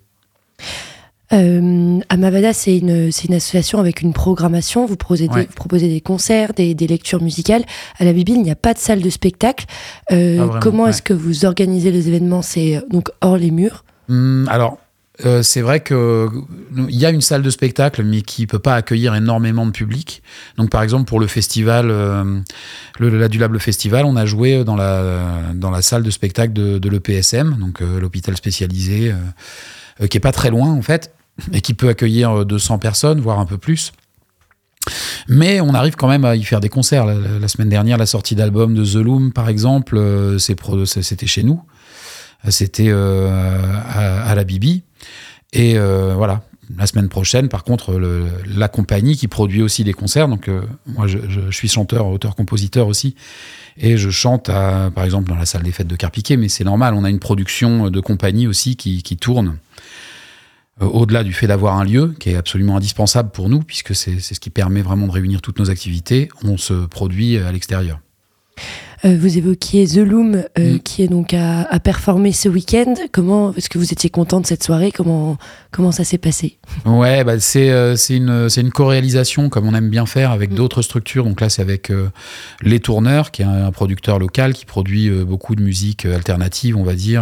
Euh, Amavada, c'est une, c'est une association avec une programmation. Vous proposez des, ouais. vous proposez des concerts, des, des lectures musicales. À la Bibi, il n'y a pas de salle de spectacle. Euh, vraiment, comment ouais. est-ce que vous organisez les événements ? C'est donc hors les murs ? Hum, Alors, euh, c'est vrai qu'il y a une salle de spectacle, mais qui ne peut pas accueillir énormément de public. Donc, par exemple, pour le festival, euh, le l'Adulable Festival, on a joué dans la, dans la salle de spectacle de, de l'E P S M, donc euh, l'hôpital spécialisé, euh, qui n'est pas très loin, en fait, et qui peut accueillir deux cents personnes, voire un peu plus. Mais on arrive quand même à y faire des concerts. La, la semaine dernière, la sortie d'album de The Loom, par exemple, euh, c'est pro, c'était chez nous. C'était euh, à, à la Bibi. Et euh, voilà. la semaine prochaine, par contre, le, la compagnie qui produit aussi des concerts, donc euh, moi je, je, je suis chanteur, auteur-compositeur aussi, et je chante, à, par exemple, dans la salle des fêtes de Carpiquet, mais c'est normal, on a une production de compagnie aussi qui, qui tourne. Euh, au-delà du fait d'avoir un lieu qui est absolument indispensable pour nous, puisque c'est, c'est ce qui permet vraiment de réunir toutes nos activités, on se produit à l'extérieur. Euh, vous évoquiez The Loom, euh, Mm. qui est donc à, à performer ce week-end. Comment est-ce que vous étiez content de cette soirée? Comment comment ça s'est passé? Ouais, bah c'est euh, c'est une c'est une co-réalisation comme on aime bien faire avec Mm. d'autres structures. Donc là, c'est avec euh, Les Tourneurs, qui est un, un producteur local qui produit euh, beaucoup de musique euh, alternative, on va dire,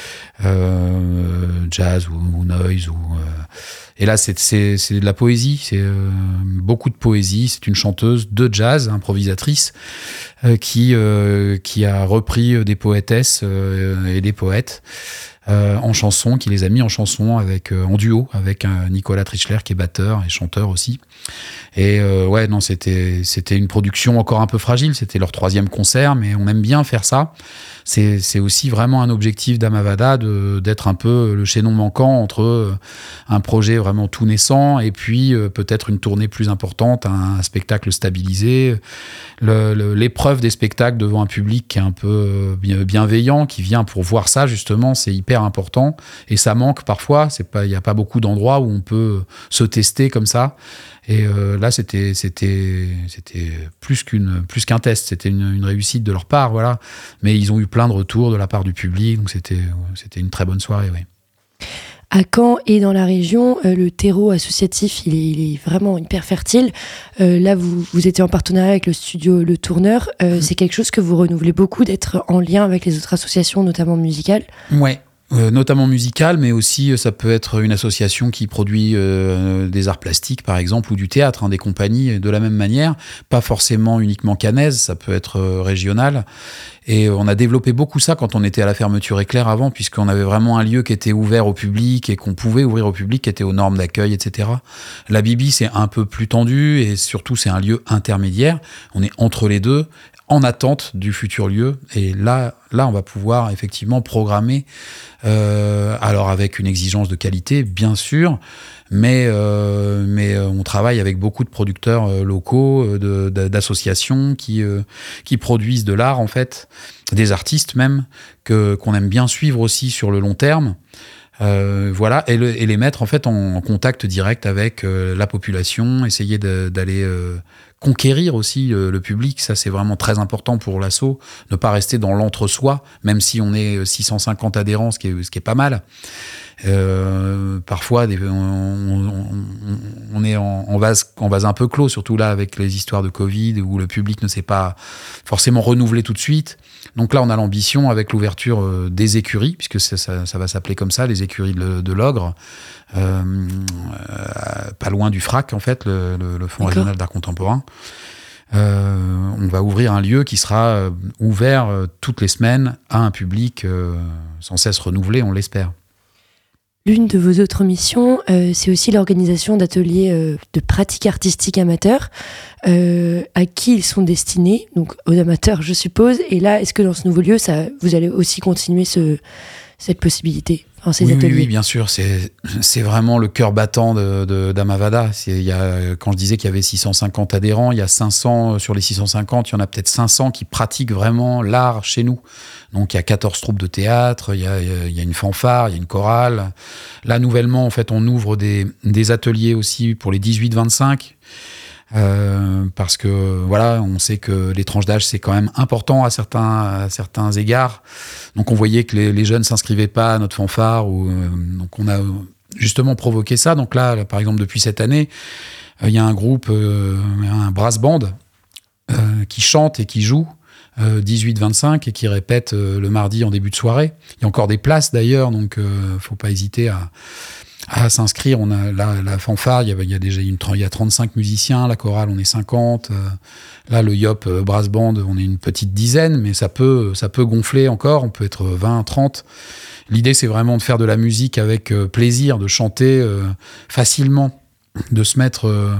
euh, jazz ou, ou noise ou euh, et là, c'est, c'est, c'est de la poésie, c'est euh, beaucoup de poésie. C'est une chanteuse de jazz, improvisatrice, euh, qui, euh, qui a repris des poétesses euh, et des poètes euh, en chanson, qui les a mis en chanson, avec, euh, en duo avec un Nicolas Trichler, qui est batteur et chanteur aussi. Et euh, ouais, non, c'était, c'était une production encore un peu fragile. C'était leur troisième concert, mais on aime bien faire ça. C'est, c'est aussi vraiment un objectif d'Amavada de, d'être un peu le chaînon manquant entre un projet vraiment tout naissant et puis euh, peut-être une tournée plus importante, un, un spectacle stabilisé, le, le, l'épreuve des spectacles devant un public qui est un peu bienveillant, qui vient pour voir ça justement, c'est hyper important et ça manque parfois. C'est pas, il n'y a pas beaucoup d'endroits où on peut se tester comme ça. Et euh, là, c'était, c'était, c'était plus qu'une, plus qu'un test. C'était une, une réussite de leur part, voilà. Mais ils ont eu plein de retours de la part du public, donc c'était, c'était une très bonne soirée, oui. À Caen et dans la région, euh, le terreau associatif, il est, il est vraiment hyper fertile. Euh, là, vous, vous étiez en partenariat avec le studio Le Tourneur. Euh, mmh. C'est quelque chose que vous renouvelez beaucoup, d'être en lien avec les autres associations, notamment musicales. Ouais. Euh, notamment musicale, mais aussi ça peut être une association qui produit euh, des arts plastiques, par exemple, ou du théâtre, hein, des compagnies de la même manière, pas forcément uniquement caennaise, ça peut être euh, régional. Et on a développé beaucoup ça quand on était à la fermeture Éclair avant, puisqu'on avait vraiment un lieu qui était ouvert au public et qu'on pouvait ouvrir au public, qui était aux normes d'accueil, et cetera. La Bibi, c'est un peu plus tendu et surtout, c'est un lieu intermédiaire. On est entre les deux, en attente du futur lieu. Et là, là, on va pouvoir effectivement programmer, euh, alors avec une exigence de qualité, bien sûr, mais, euh, mais on travaille avec beaucoup de producteurs euh, locaux, de, de, d'associations qui, euh, qui produisent de l'art, en fait, des artistes même, que, qu'on aime bien suivre aussi sur le long terme. Euh, voilà, et, le, et les mettre en fait en, en contact direct avec euh, la population, essayer de, d'aller euh, conquérir aussi euh, le public. Ça, c'est vraiment très important pour l'asso, ne pas rester dans l'entre-soi, même si on est six cent cinquante adhérents, ce qui est, ce qui est pas mal. Euh, parfois, des, on, on, on est en, en, vase, en vase un peu clos, surtout là avec les histoires de Covid, où le public ne s'est pas forcément renouvelé tout de suite. Donc là, on a l'ambition, avec l'ouverture euh, des écuries, puisque ça, ça, ça va s'appeler comme ça, les écuries de, de l'Ogre, euh, euh, pas loin du F R A C, en fait, le, le, le Fonds régional d'art contemporain. Euh, on va ouvrir un lieu qui sera euh, ouvert euh, toutes les semaines à un public euh, sans cesse renouvelé, on l'espère. L'une de vos autres missions, euh, c'est aussi l'organisation d'ateliers euh, de pratique artistique amateurs. Euh, à qui ils sont destinés? Donc aux amateurs, je suppose. Et là, est-ce que dans ce nouveau lieu, ça, vous allez aussi continuer ce, cette possibilité, enfin, ces oui, ateliers? Oui, oui, bien sûr. C'est, c'est vraiment le cœur battant de, de, d'Amavada. C'est, il y a, quand je disais qu'il y avait six cent cinquante adhérents, il y a cinq cents, sur les six cent cinquante, il y en a peut-être cinq cents qui pratiquent vraiment l'art chez nous. Donc il y a quatorze troupes de théâtre, il y a, il y a une fanfare, il y a une chorale. Là, nouvellement, en fait, on ouvre des, des ateliers aussi pour les dix-huit vingt-cinq. Euh, parce que voilà, on sait que les tranches d'âge c'est quand même important à certains à certains égards. Donc on voyait que les, les jeunes s'inscrivaient pas à notre fanfare, ou euh, donc on a justement provoqué ça. Donc là, là par exemple, depuis cette année, il euh, y a un groupe, euh, un brass band euh, qui chante et qui joue euh, dix-huit vingt-cinq et qui répète euh, le mardi en début de soirée. Il y a encore des places d'ailleurs, donc euh, faut pas hésiter à à s'inscrire. On a la, la fanfare, il y a, il y a déjà une, il y a trente-cinq musiciens, la chorale on est cinquante, euh, là le Yop euh, Brass Band on est une petite dizaine, mais ça peut, ça peut gonfler encore, on peut être vingt, trente. L'idée c'est vraiment de faire de la musique avec euh, plaisir, de chanter euh, facilement, de se mettre euh,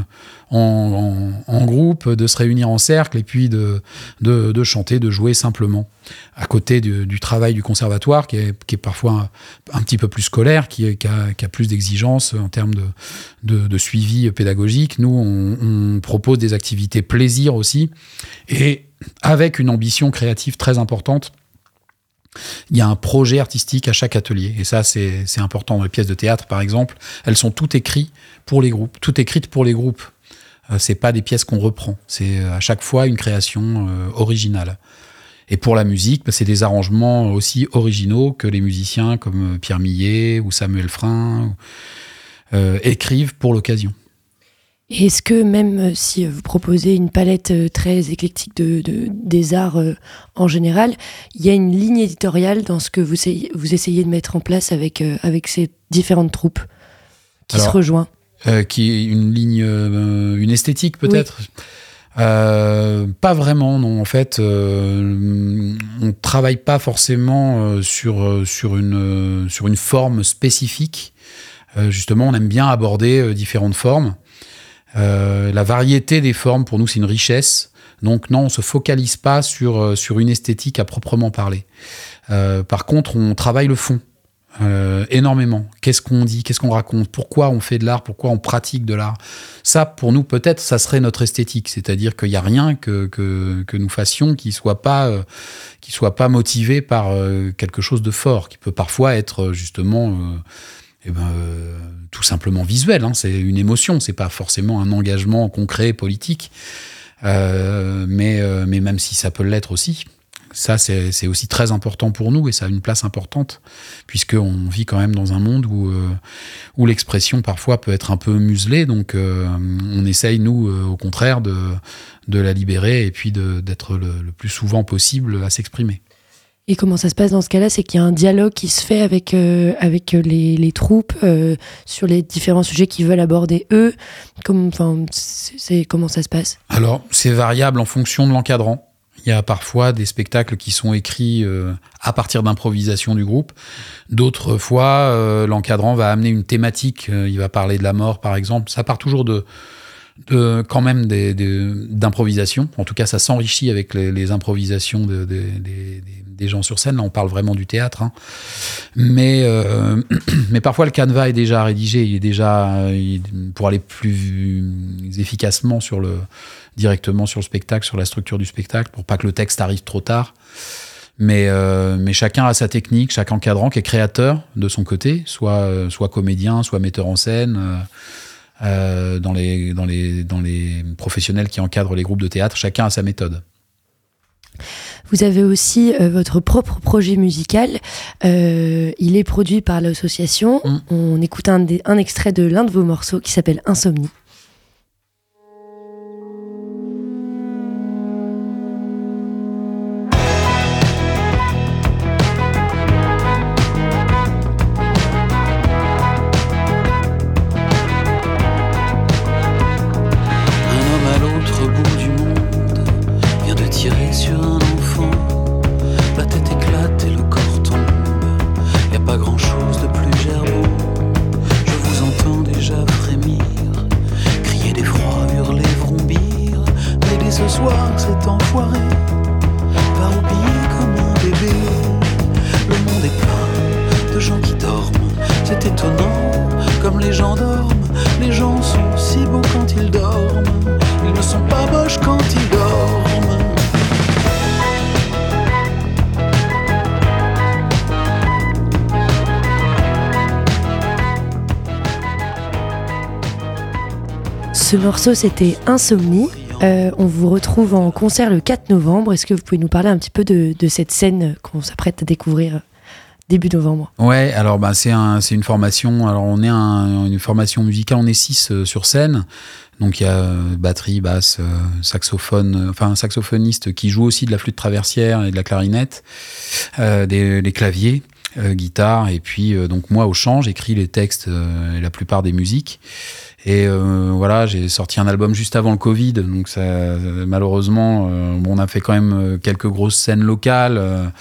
en, en, en groupe, de se réunir en cercle et puis de, de, de chanter, de jouer simplement. À côté du, du travail du conservatoire qui est, qui est parfois un, un petit peu plus scolaire, qui, qui, a, qui a plus d'exigences en termes de, de, de suivi pédagogique, nous, on, on propose des activités plaisir aussi, et avec une ambition créative très importante. Il y a un projet artistique à chaque atelier. Et ça, c'est, c'est important. Dans les pièces de théâtre, par exemple, elles sont toutes écrites pour les groupes. Toutes écrites pour les groupes. Euh, c'est pas des pièces qu'on reprend. C'est à chaque fois une création euh, originale. Et pour la musique, bah, c'est des arrangements aussi originaux que les musiciens comme Pierre Millet ou Samuel Frein euh, écrivent pour l'occasion. Et est-ce que même si vous proposez une palette très éclectique de, de, des arts euh, en général, il y a une ligne éditoriale dans ce que vous essayez, vous essayez de mettre en place avec, euh, avec ces différentes troupes qui Alors, se rejoignent euh, Qui est une ligne, euh, une esthétique peut-être oui. euh, Pas vraiment, non. En fait, euh, on ne travaille pas forcément sur, sur, une, sur une forme spécifique. Euh, justement, on aime bien aborder différentes formes. Euh, la variété des formes, pour nous, c'est une richesse. Donc non, on ne se focalise pas sur, sur une esthétique à proprement parler. Euh, par contre, on travaille le fond euh, énormément. Qu'est-ce qu'on dit ? Qu'est-ce qu'on raconte ? Pourquoi on fait de l'art ? Pourquoi on pratique de l'art ? Ça, pour nous, peut-être, ça serait notre esthétique. C'est-à-dire qu'il n'y a rien que, que, que nous fassions qui ne soit pas, euh, qui soit pas motivé par euh, quelque chose de fort, qui peut parfois être justement... Euh, Eh ben, euh, tout simplement visuel, hein. C'est une émotion, c'est pas forcément un engagement concret politique, euh, mais, euh, mais même si ça peut l'être aussi, ça c'est, c'est aussi très important pour nous et ça a une place importante, puisqu'on vit quand même dans un monde où, euh, où l'expression parfois peut être un peu muselée, donc euh, on essaye, nous, euh, au contraire, de, de la libérer et puis de, d'être le, le plus souvent possible à s'exprimer. Et comment ça se passe dans ce cas-là ? C'est qu'il y a un dialogue qui se fait avec, euh, avec les, les troupes euh, sur les différents sujets qu'ils veulent aborder eux. Comme, c'est, c'est, comment ça se passe ? Alors, c'est variable en fonction de l'encadrant. Il y a parfois des spectacles qui sont écrits euh, à partir d'improvisation du groupe. D'autres fois, euh, l'encadrant va amener une thématique. Euh, il va parler de la mort, par exemple. Ça part toujours de... De, quand même des, des, d'improvisation. En tout cas, ça s'enrichit avec les, les improvisations de, de, de, de, des gens sur scène. Là, on parle vraiment du théâtre. Hein. Mais, euh, mais parfois, le canevas est déjà rédigé. Il est déjà, il, pour aller plus efficacement sur le, directement sur le spectacle, sur la structure du spectacle, pour pas que le texte arrive trop tard. Mais, euh, mais chacun a sa technique, chaque encadrant qui est créateur de son côté, soit, soit comédien, soit metteur en scène. Euh, Euh, dans, les, dans, les, dans les professionnels qui encadrent les groupes de théâtre, chacun a sa méthode. Vous avez aussi euh, votre propre projet musical. Euh, il est produit par l'association. Mmh. On écoute un, des, un extrait de l'un de vos morceaux qui s'appelle Insomnie. Ce morceau, c'était Insomnie. Euh, on vous retrouve en concert le quatre novembre. Est-ce que vous pouvez nous parler un petit peu de, de cette scène qu'on s'apprête à découvrir début novembre ? Ouais, alors bah, c'est, un, c'est une formation. Alors on est un, une formation musicale, on est six euh, sur scène. Donc il y a euh, batterie, basse, euh, saxophone, euh, enfin un saxophoniste qui joue aussi de la flûte traversière et de la clarinette, euh, des, des claviers. Euh, guitare, et puis euh, donc moi au chant, j'écris les textes euh, et la plupart des musiques. Et euh, voilà, j'ai sorti un album juste avant le Covid, donc ça, malheureusement, euh, bon, on a fait quand même quelques grosses scènes locales, euh,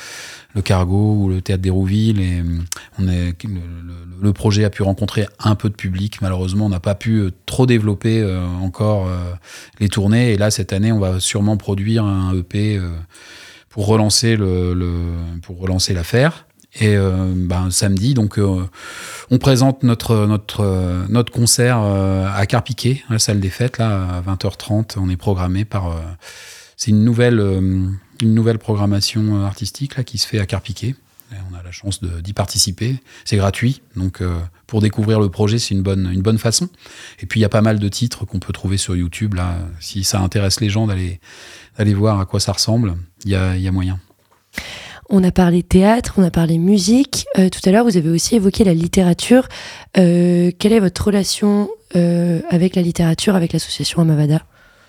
le Cargo ou le Théâtre d'Hérouville. Et on est, le, le, le projet a pu rencontrer un peu de public. Malheureusement, on n'a pas pu trop développer euh, encore euh, les tournées. Et là, cette année, on va sûrement produire un E P euh, pour relancer le, le pour relancer l'affaire. Et euh, ben, samedi, donc, euh, on présente notre notre euh, notre concert euh, à Carpiquet, à la salle des fêtes, là, à vingt heures trente. On est programmé par. Euh, c'est une nouvelle euh, une nouvelle programmation artistique là qui se fait à Carpiquet. Et on a la chance de, d'y participer. C'est gratuit, donc euh, pour découvrir le projet, c'est une bonne une bonne façon. Et puis il y a pas mal de titres qu'on peut trouver sur YouTube là. Si ça intéresse les gens d'aller d'aller voir à quoi ça ressemble, il y a il y a moyen. On a parlé théâtre, on a parlé musique. Euh, tout à l'heure, vous avez aussi évoqué la littérature. Euh, quelle est votre relation euh, avec la littérature, avec l'association Amavada ?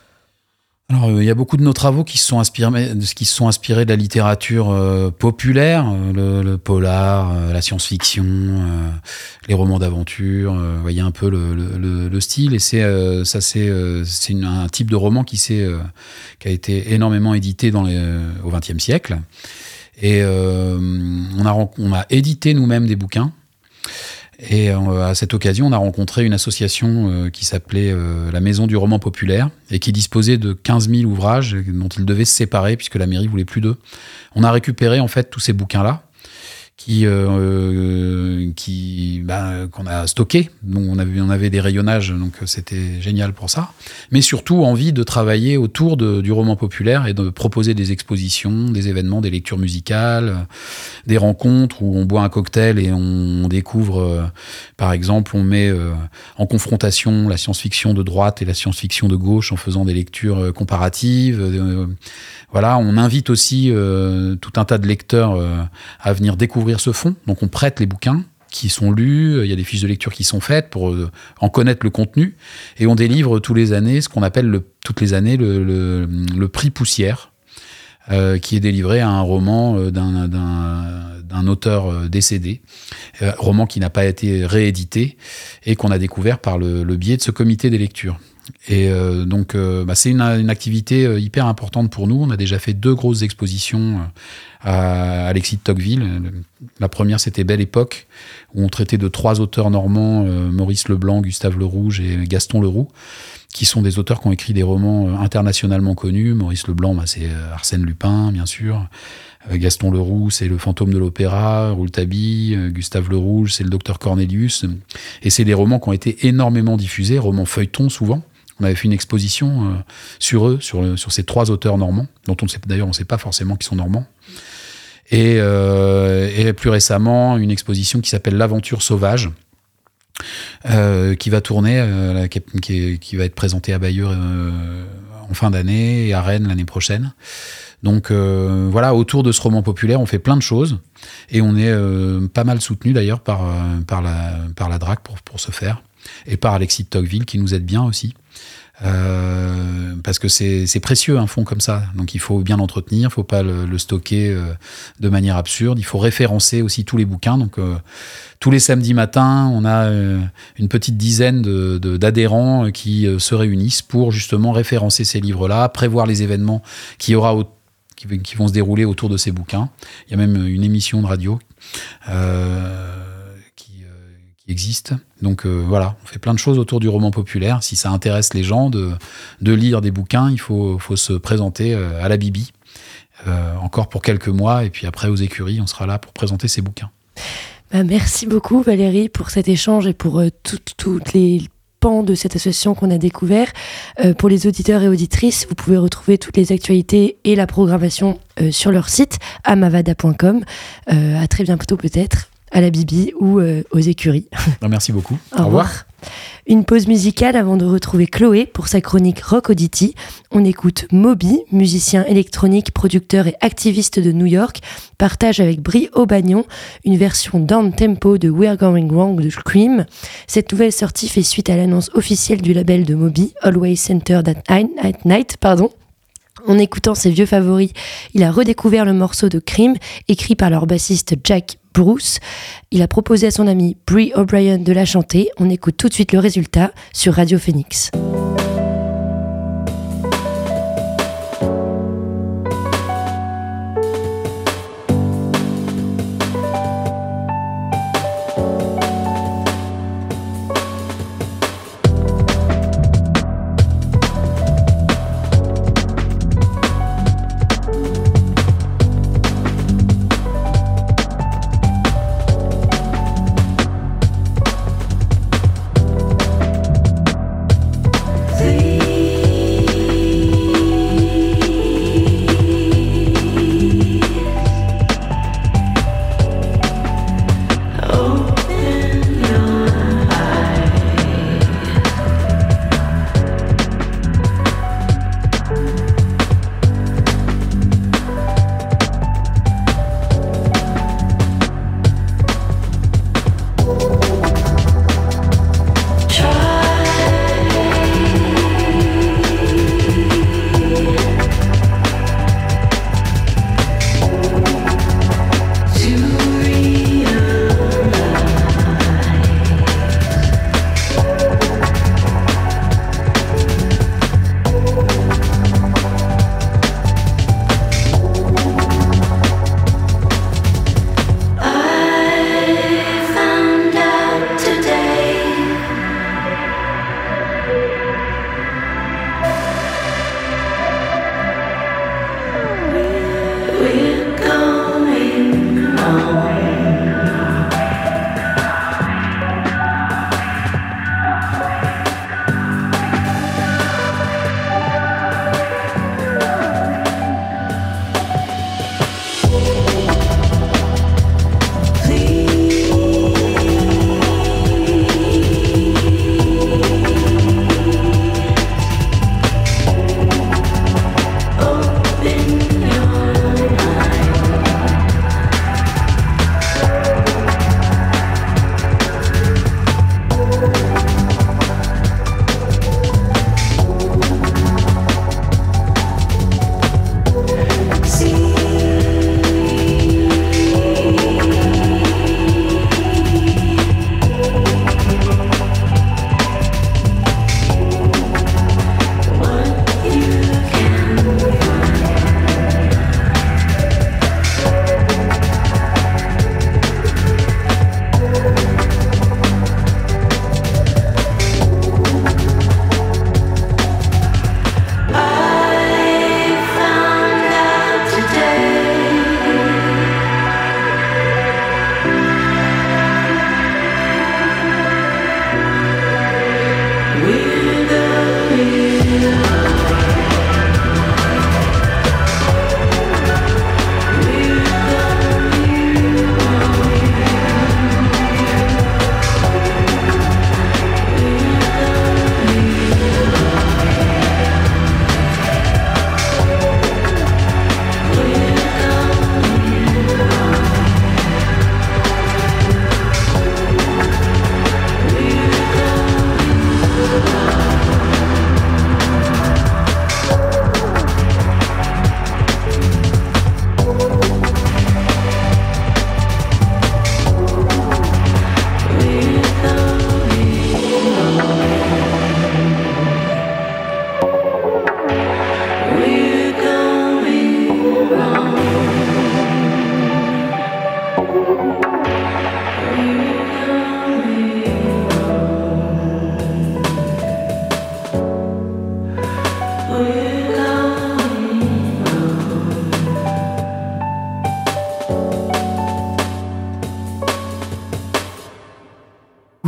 Alors, il euh, y a beaucoup de nos travaux qui se sont inspirés, qui se sont inspirés de la littérature euh, populaire, le, le polar, euh, la science-fiction, euh, les romans d'aventure. Euh, vous voyez un peu le, le, le style. Et c'est euh, ça, c'est, euh, c'est une, un type de roman qui s'est, euh, qui a été énormément édité dans les, euh, au vingtième siècle. Et euh, on, a, on a édité nous-mêmes des bouquins. Et euh, à cette occasion, on a rencontré une association euh, qui s'appelait euh, la Maison du Roman Populaire et qui disposait de quinze mille ouvrages dont ils devaient se séparer puisque la mairie voulait plus d'eux. On a récupéré en fait tous ces bouquins-là qui, euh, qui, bah, qu'on a stockés. Donc on avait, on avait des rayonnages, donc c'était génial pour ça. Mais surtout envie de travailler autour de, du roman populaire et de proposer des expositions, des événements, des lectures musicales, des rencontres où on boit un cocktail et on, on découvre, euh, par exemple, on met euh, en confrontation la science-fiction de droite et la science-fiction de gauche en faisant des lectures euh, comparatives. Euh, voilà, on invite aussi euh, tout un tas de lecteurs euh, à venir découvrir ce fond. Donc on prête les bouquins qui sont lus, il y a des fiches de lecture qui sont faites pour euh, en connaître le contenu, et on délivre tous les années ce qu'on appelle le, toutes les années le, le, le prix Poussière, euh, qui est délivré à un roman euh, d'un, d'un, d'un auteur euh, décédé, euh, roman qui n'a pas été réédité et qu'on a découvert par le, le biais de ce comité des lectures. Et euh, donc, euh, bah, c'est une, une activité euh, hyper importante pour nous. On a déjà fait deux grosses expositions euh, à Alexis de Tocqueville. La première, c'était Belle Époque, où on traitait de trois auteurs normands, euh, Maurice Leblanc, Gustave Le Rouge et Gaston Leroux, qui sont des auteurs qui ont écrit des romans euh, internationalement connus. Maurice Leblanc, bah, c'est euh, Arsène Lupin, bien sûr. Euh, Gaston Leroux, c'est Le Fantôme de l'Opéra, Rouletabille. Euh, Gustave Le Rouge, c'est Le Docteur Cornelius. Et c'est des romans qui ont été énormément diffusés, romans feuilletons souvent. On avait fait une exposition euh, sur eux, sur, le, sur ces trois auteurs normands, dont on ne sait, d'ailleurs on ne sait pas forcément qu'ils sont normands. Et, euh, et plus récemment, une exposition qui s'appelle L'Aventure sauvage, euh, qui va tourner, euh, qui, qui, qui va être présentée à Bayeux euh, en fin d'année et à Rennes l'année prochaine. Donc euh, voilà, autour de ce roman populaire, on fait plein de choses et on est euh, pas mal soutenu d'ailleurs par, euh, par, la, par la D R A C pour, pour ce faire, et par Alexis de Tocqueville qui nous aide bien aussi. Euh, parce que c'est, c'est précieux un fonds comme ça, donc il faut bien l'entretenir, il ne faut pas le, le stocker euh, de manière absurde, il faut référencer aussi tous les bouquins. Donc euh, tous les samedis matins, on a euh, une petite dizaine de, de, d'adhérents qui euh, se réunissent pour justement référencer ces livres-là, prévoir les événements qu'il y aura au, qui, qui vont se dérouler autour de ces bouquins. Il y a même une émission de radio euh, qui existe. Donc euh, voilà, on fait plein de choses autour du roman populaire. Si ça intéresse les gens de, de lire des bouquins, il faut, faut se présenter euh, à la Bibi, euh, encore pour quelques mois, et puis après aux écuries, on sera là pour présenter ces bouquins. Bah, merci beaucoup Valérie pour cet échange et pour euh, toutes tout les pans de cette association qu'on a découvert. Euh, pour les auditeurs et auditrices, vous pouvez retrouver toutes les actualités et la programmation euh, sur leur site amavada point com. Euh, à très bientôt peut-être à la Bibi ou euh, aux écuries. Merci beaucoup. Au, Au revoir. revoir. Une pause musicale avant de retrouver Chloé pour sa chronique Rock Audity. On écoute Moby, musicien électronique, producteur et activiste de New York, partage avec Brie Aubagnon une version down tempo de We're Going Wrong de Cream. Cette nouvelle sortie fait suite à l'annonce officielle du label de Moby, Always Centered at Night, pardon. En écoutant ses vieux favoris, il a redécouvert le morceau de Cream, écrit par leur bassiste Jack Bruce. Il a proposé à son ami Brie O'Brien de la chanter. On écoute tout de suite le résultat sur Radio Phoenix.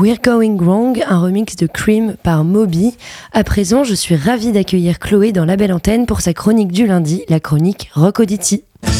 We're Going Wrong, un remix de Cream par Moby. À présent, je suis ravie d'accueillir Chloé dans la belle antenne pour sa chronique du lundi, la chronique Rock Auditi.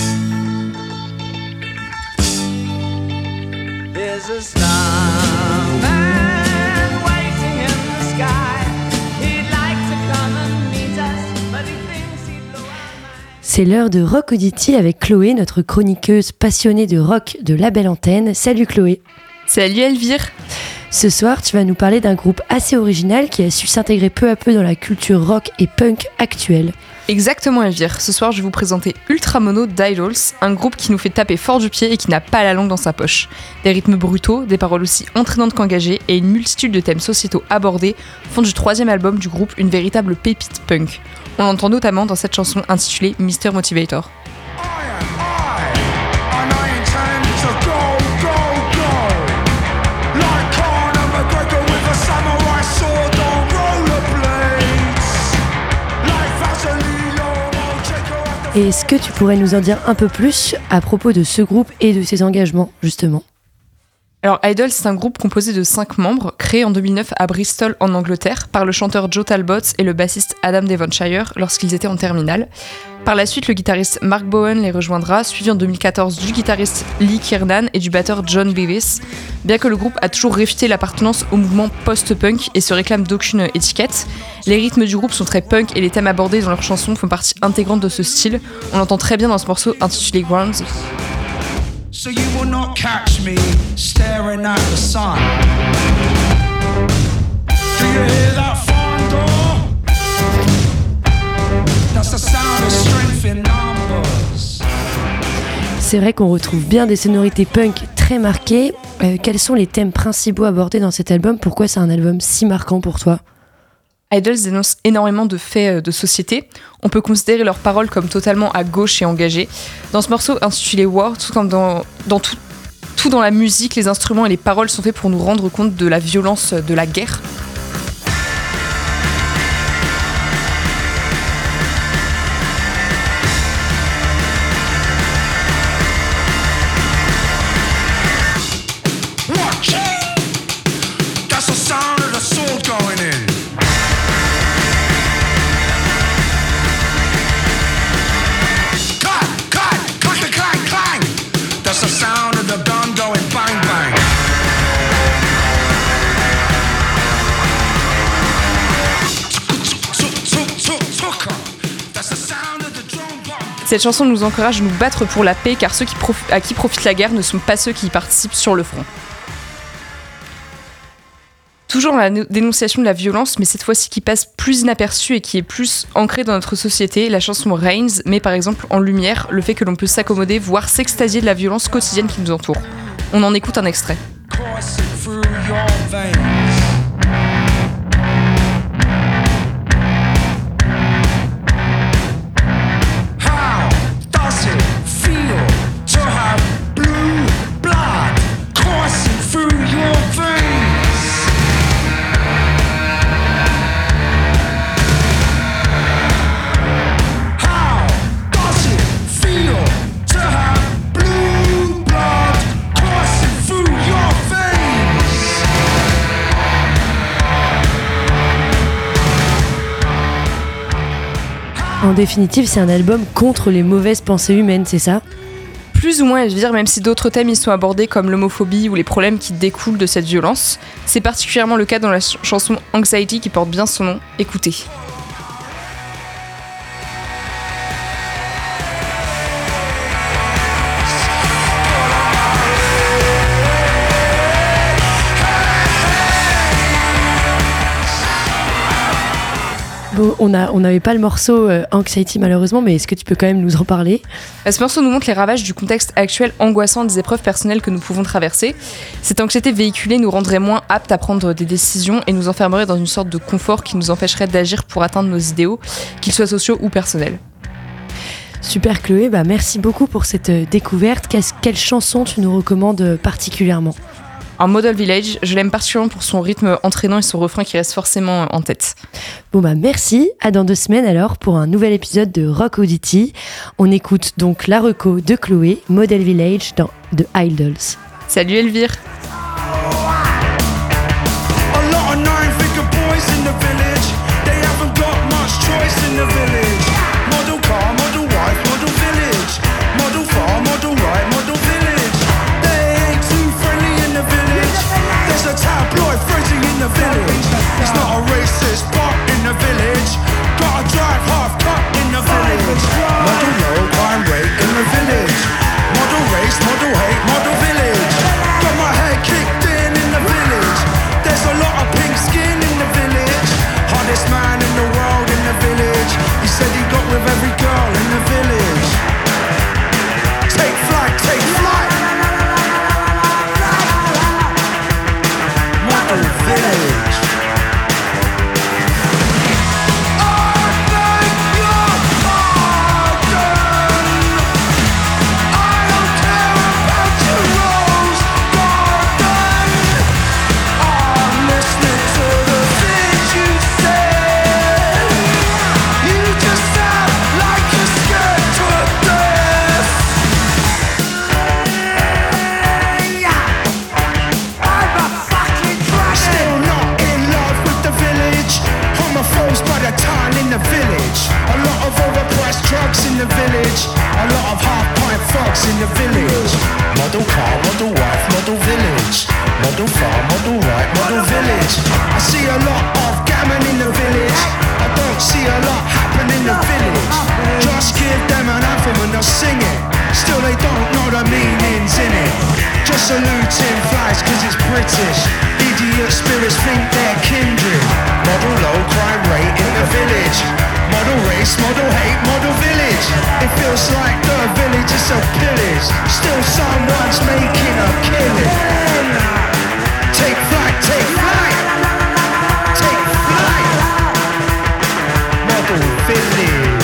C'est l'heure de Rock Auditi avec Chloé, notre chroniqueuse passionnée de rock de la belle antenne. Salut Chloé. Salut Elvire. Ce soir, tu vas nous parler d'un groupe assez original qui a su s'intégrer peu à peu dans la culture rock et punk actuelle. Exactement Elvire. Ce soir, je vais vous présenter Ultramono d'Idols, un groupe qui nous fait taper fort du pied et qui n'a pas la langue dans sa poche. Des rythmes brutaux, des paroles aussi entraînantes qu'engagées et une multitude de thèmes sociétaux abordés font du troisième album du groupe une véritable pépite punk. On l'entend notamment dans cette chanson intitulée mister Motivator. Et est-ce que tu pourrais nous en dire un peu plus à propos de ce groupe et de ses engagements, justement ? Alors Idols, c'est un groupe composé de cinq membres, créé en deux mille neuf à Bristol en Angleterre par le chanteur Joe Talbot et le bassiste Adam Devonshire lorsqu'ils étaient en terminale. Par la suite, le guitariste Mark Bowen les rejoindra, suivi en deux mille quatorze du guitariste Lee Kiernan et du batteur John Beavis. Bien que le groupe a toujours réfuté l'appartenance au mouvement post-punk et se réclame d'aucune étiquette, les rythmes du groupe sont très punk et les thèmes abordés dans leurs chansons font partie intégrante de ce style. On l'entend très bien dans ce morceau intitulé Grounds. So you will not catch me staring at the sun. Do you hear that front door? That's the sound of strength in numbers. C'est vrai qu'on retrouve bien des sonorités punk très marquées. Euh, quels sont les thèmes principaux abordés dans cet album ? Pourquoi c'est un album si marquant pour toi ? Idols dénonce énormément de faits de société. On peut considérer leurs paroles comme totalement à gauche et engagées. Dans ce morceau intitulé War, tout comme dans, dans tout, tout dans la musique, les instruments et les paroles sont faits pour nous rendre compte de la violence de la guerre. Cette chanson nous encourage à nous battre pour la paix car ceux qui prof- à qui profite la guerre ne sont pas ceux qui y participent sur le front. Toujours dans la no- dénonciation de la violence, mais cette fois-ci qui passe plus inaperçue et qui est plus ancrée dans notre société, la chanson Reigns met par exemple en lumière le fait que l'on peut s'accommoder, voire s'extasier de la violence quotidienne qui nous entoure. On en écoute un extrait. En définitive, c'est un album contre les mauvaises pensées humaines, c'est ça ? Plus ou moins, je veux dire, même si d'autres thèmes y sont abordés comme l'homophobie ou les problèmes qui découlent de cette violence. C'est particulièrement le cas dans la ch- chanson Anxiety qui porte bien son nom. Écoutez. Bon, on a, on n'avait pas le morceau euh, Anxiety malheureusement, mais est-ce que tu peux quand même nous en parler ? Ce morceau nous montre les ravages du contexte actuel angoissant des épreuves personnelles que nous pouvons traverser. Cette anxiété véhiculée nous rendrait moins aptes à prendre des décisions et nous enfermerait dans une sorte de confort qui nous empêcherait d'agir pour atteindre nos idéaux, qu'ils soient sociaux ou personnels. Super Chloé, bah merci beaucoup pour cette découverte. Qu'est-ce, quelle chanson tu nous recommandes particulièrement ? Un Model Village, je l'aime particulièrement pour son rythme entraînant et son refrain qui reste forcément en tête. Bon bah merci, à dans deux semaines alors pour un nouvel épisode de Rock Auditi. On écoute donc la reco de Chloé, Model Village dans The Idols. Salut Elvire. thugs in the village. Model car, model wife, model village. Model farm, model right, model village. I see a lot of gammon in the village. I don't see a lot happen in the village. Just give them an anthem and they'll sing it. Still they don't know the meanings in it. Just saluting flies cause it's British. Idiot spirits think they're kindred. Model low crime rate in the village. Model race, model hate, model village. It feels like the village is so pillaged. Still someone's making a killing. Take flight, take flight. Take flight. Model village.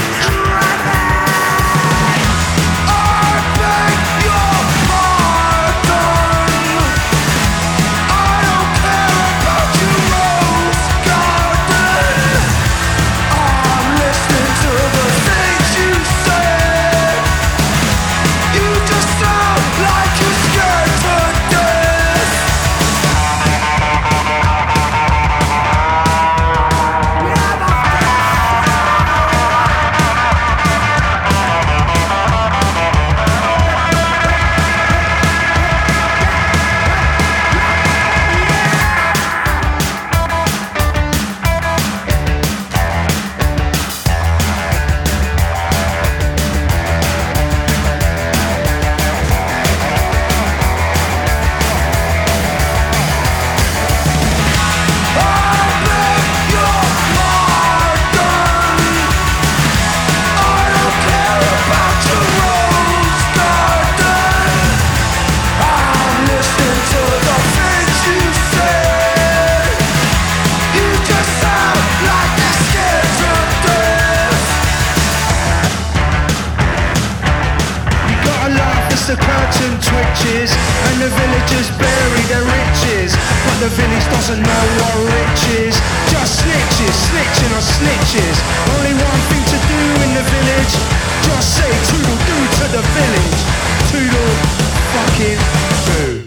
The curtain twitches and the villagers bury their riches, but the village doesn't know what rich is. Just snitches, snitching on snitches. Only one thing to do in the village, just say toodle-doo to the village. Toodle fucking doo.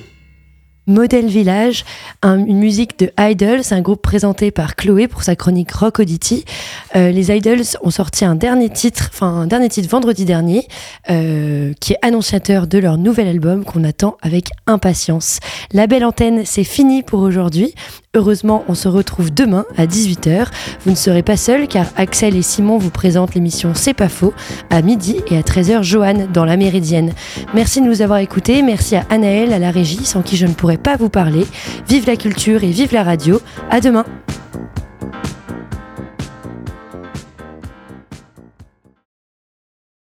Model Village, un, une musique de Idols, un groupe présenté par Chloé pour sa chronique Rock Oddity. Euh, les Idols ont sorti un dernier titre, enfin un dernier titre vendredi dernier, euh, qui est annonciateur de leur nouvel album qu'on attend avec impatience. La belle antenne, c'est fini pour aujourd'hui. Heureusement, on se retrouve demain à dix-huit heures. Vous ne serez pas seuls car Axel et Simon vous présentent l'émission C'est pas faux à midi et à treize heures Joanne dans la Méridienne. Merci de nous avoir écoutés. Merci à Anaëlle à la régie sans qui je ne pourrais pas vous parler. Vive la culture et vive la radio. À demain.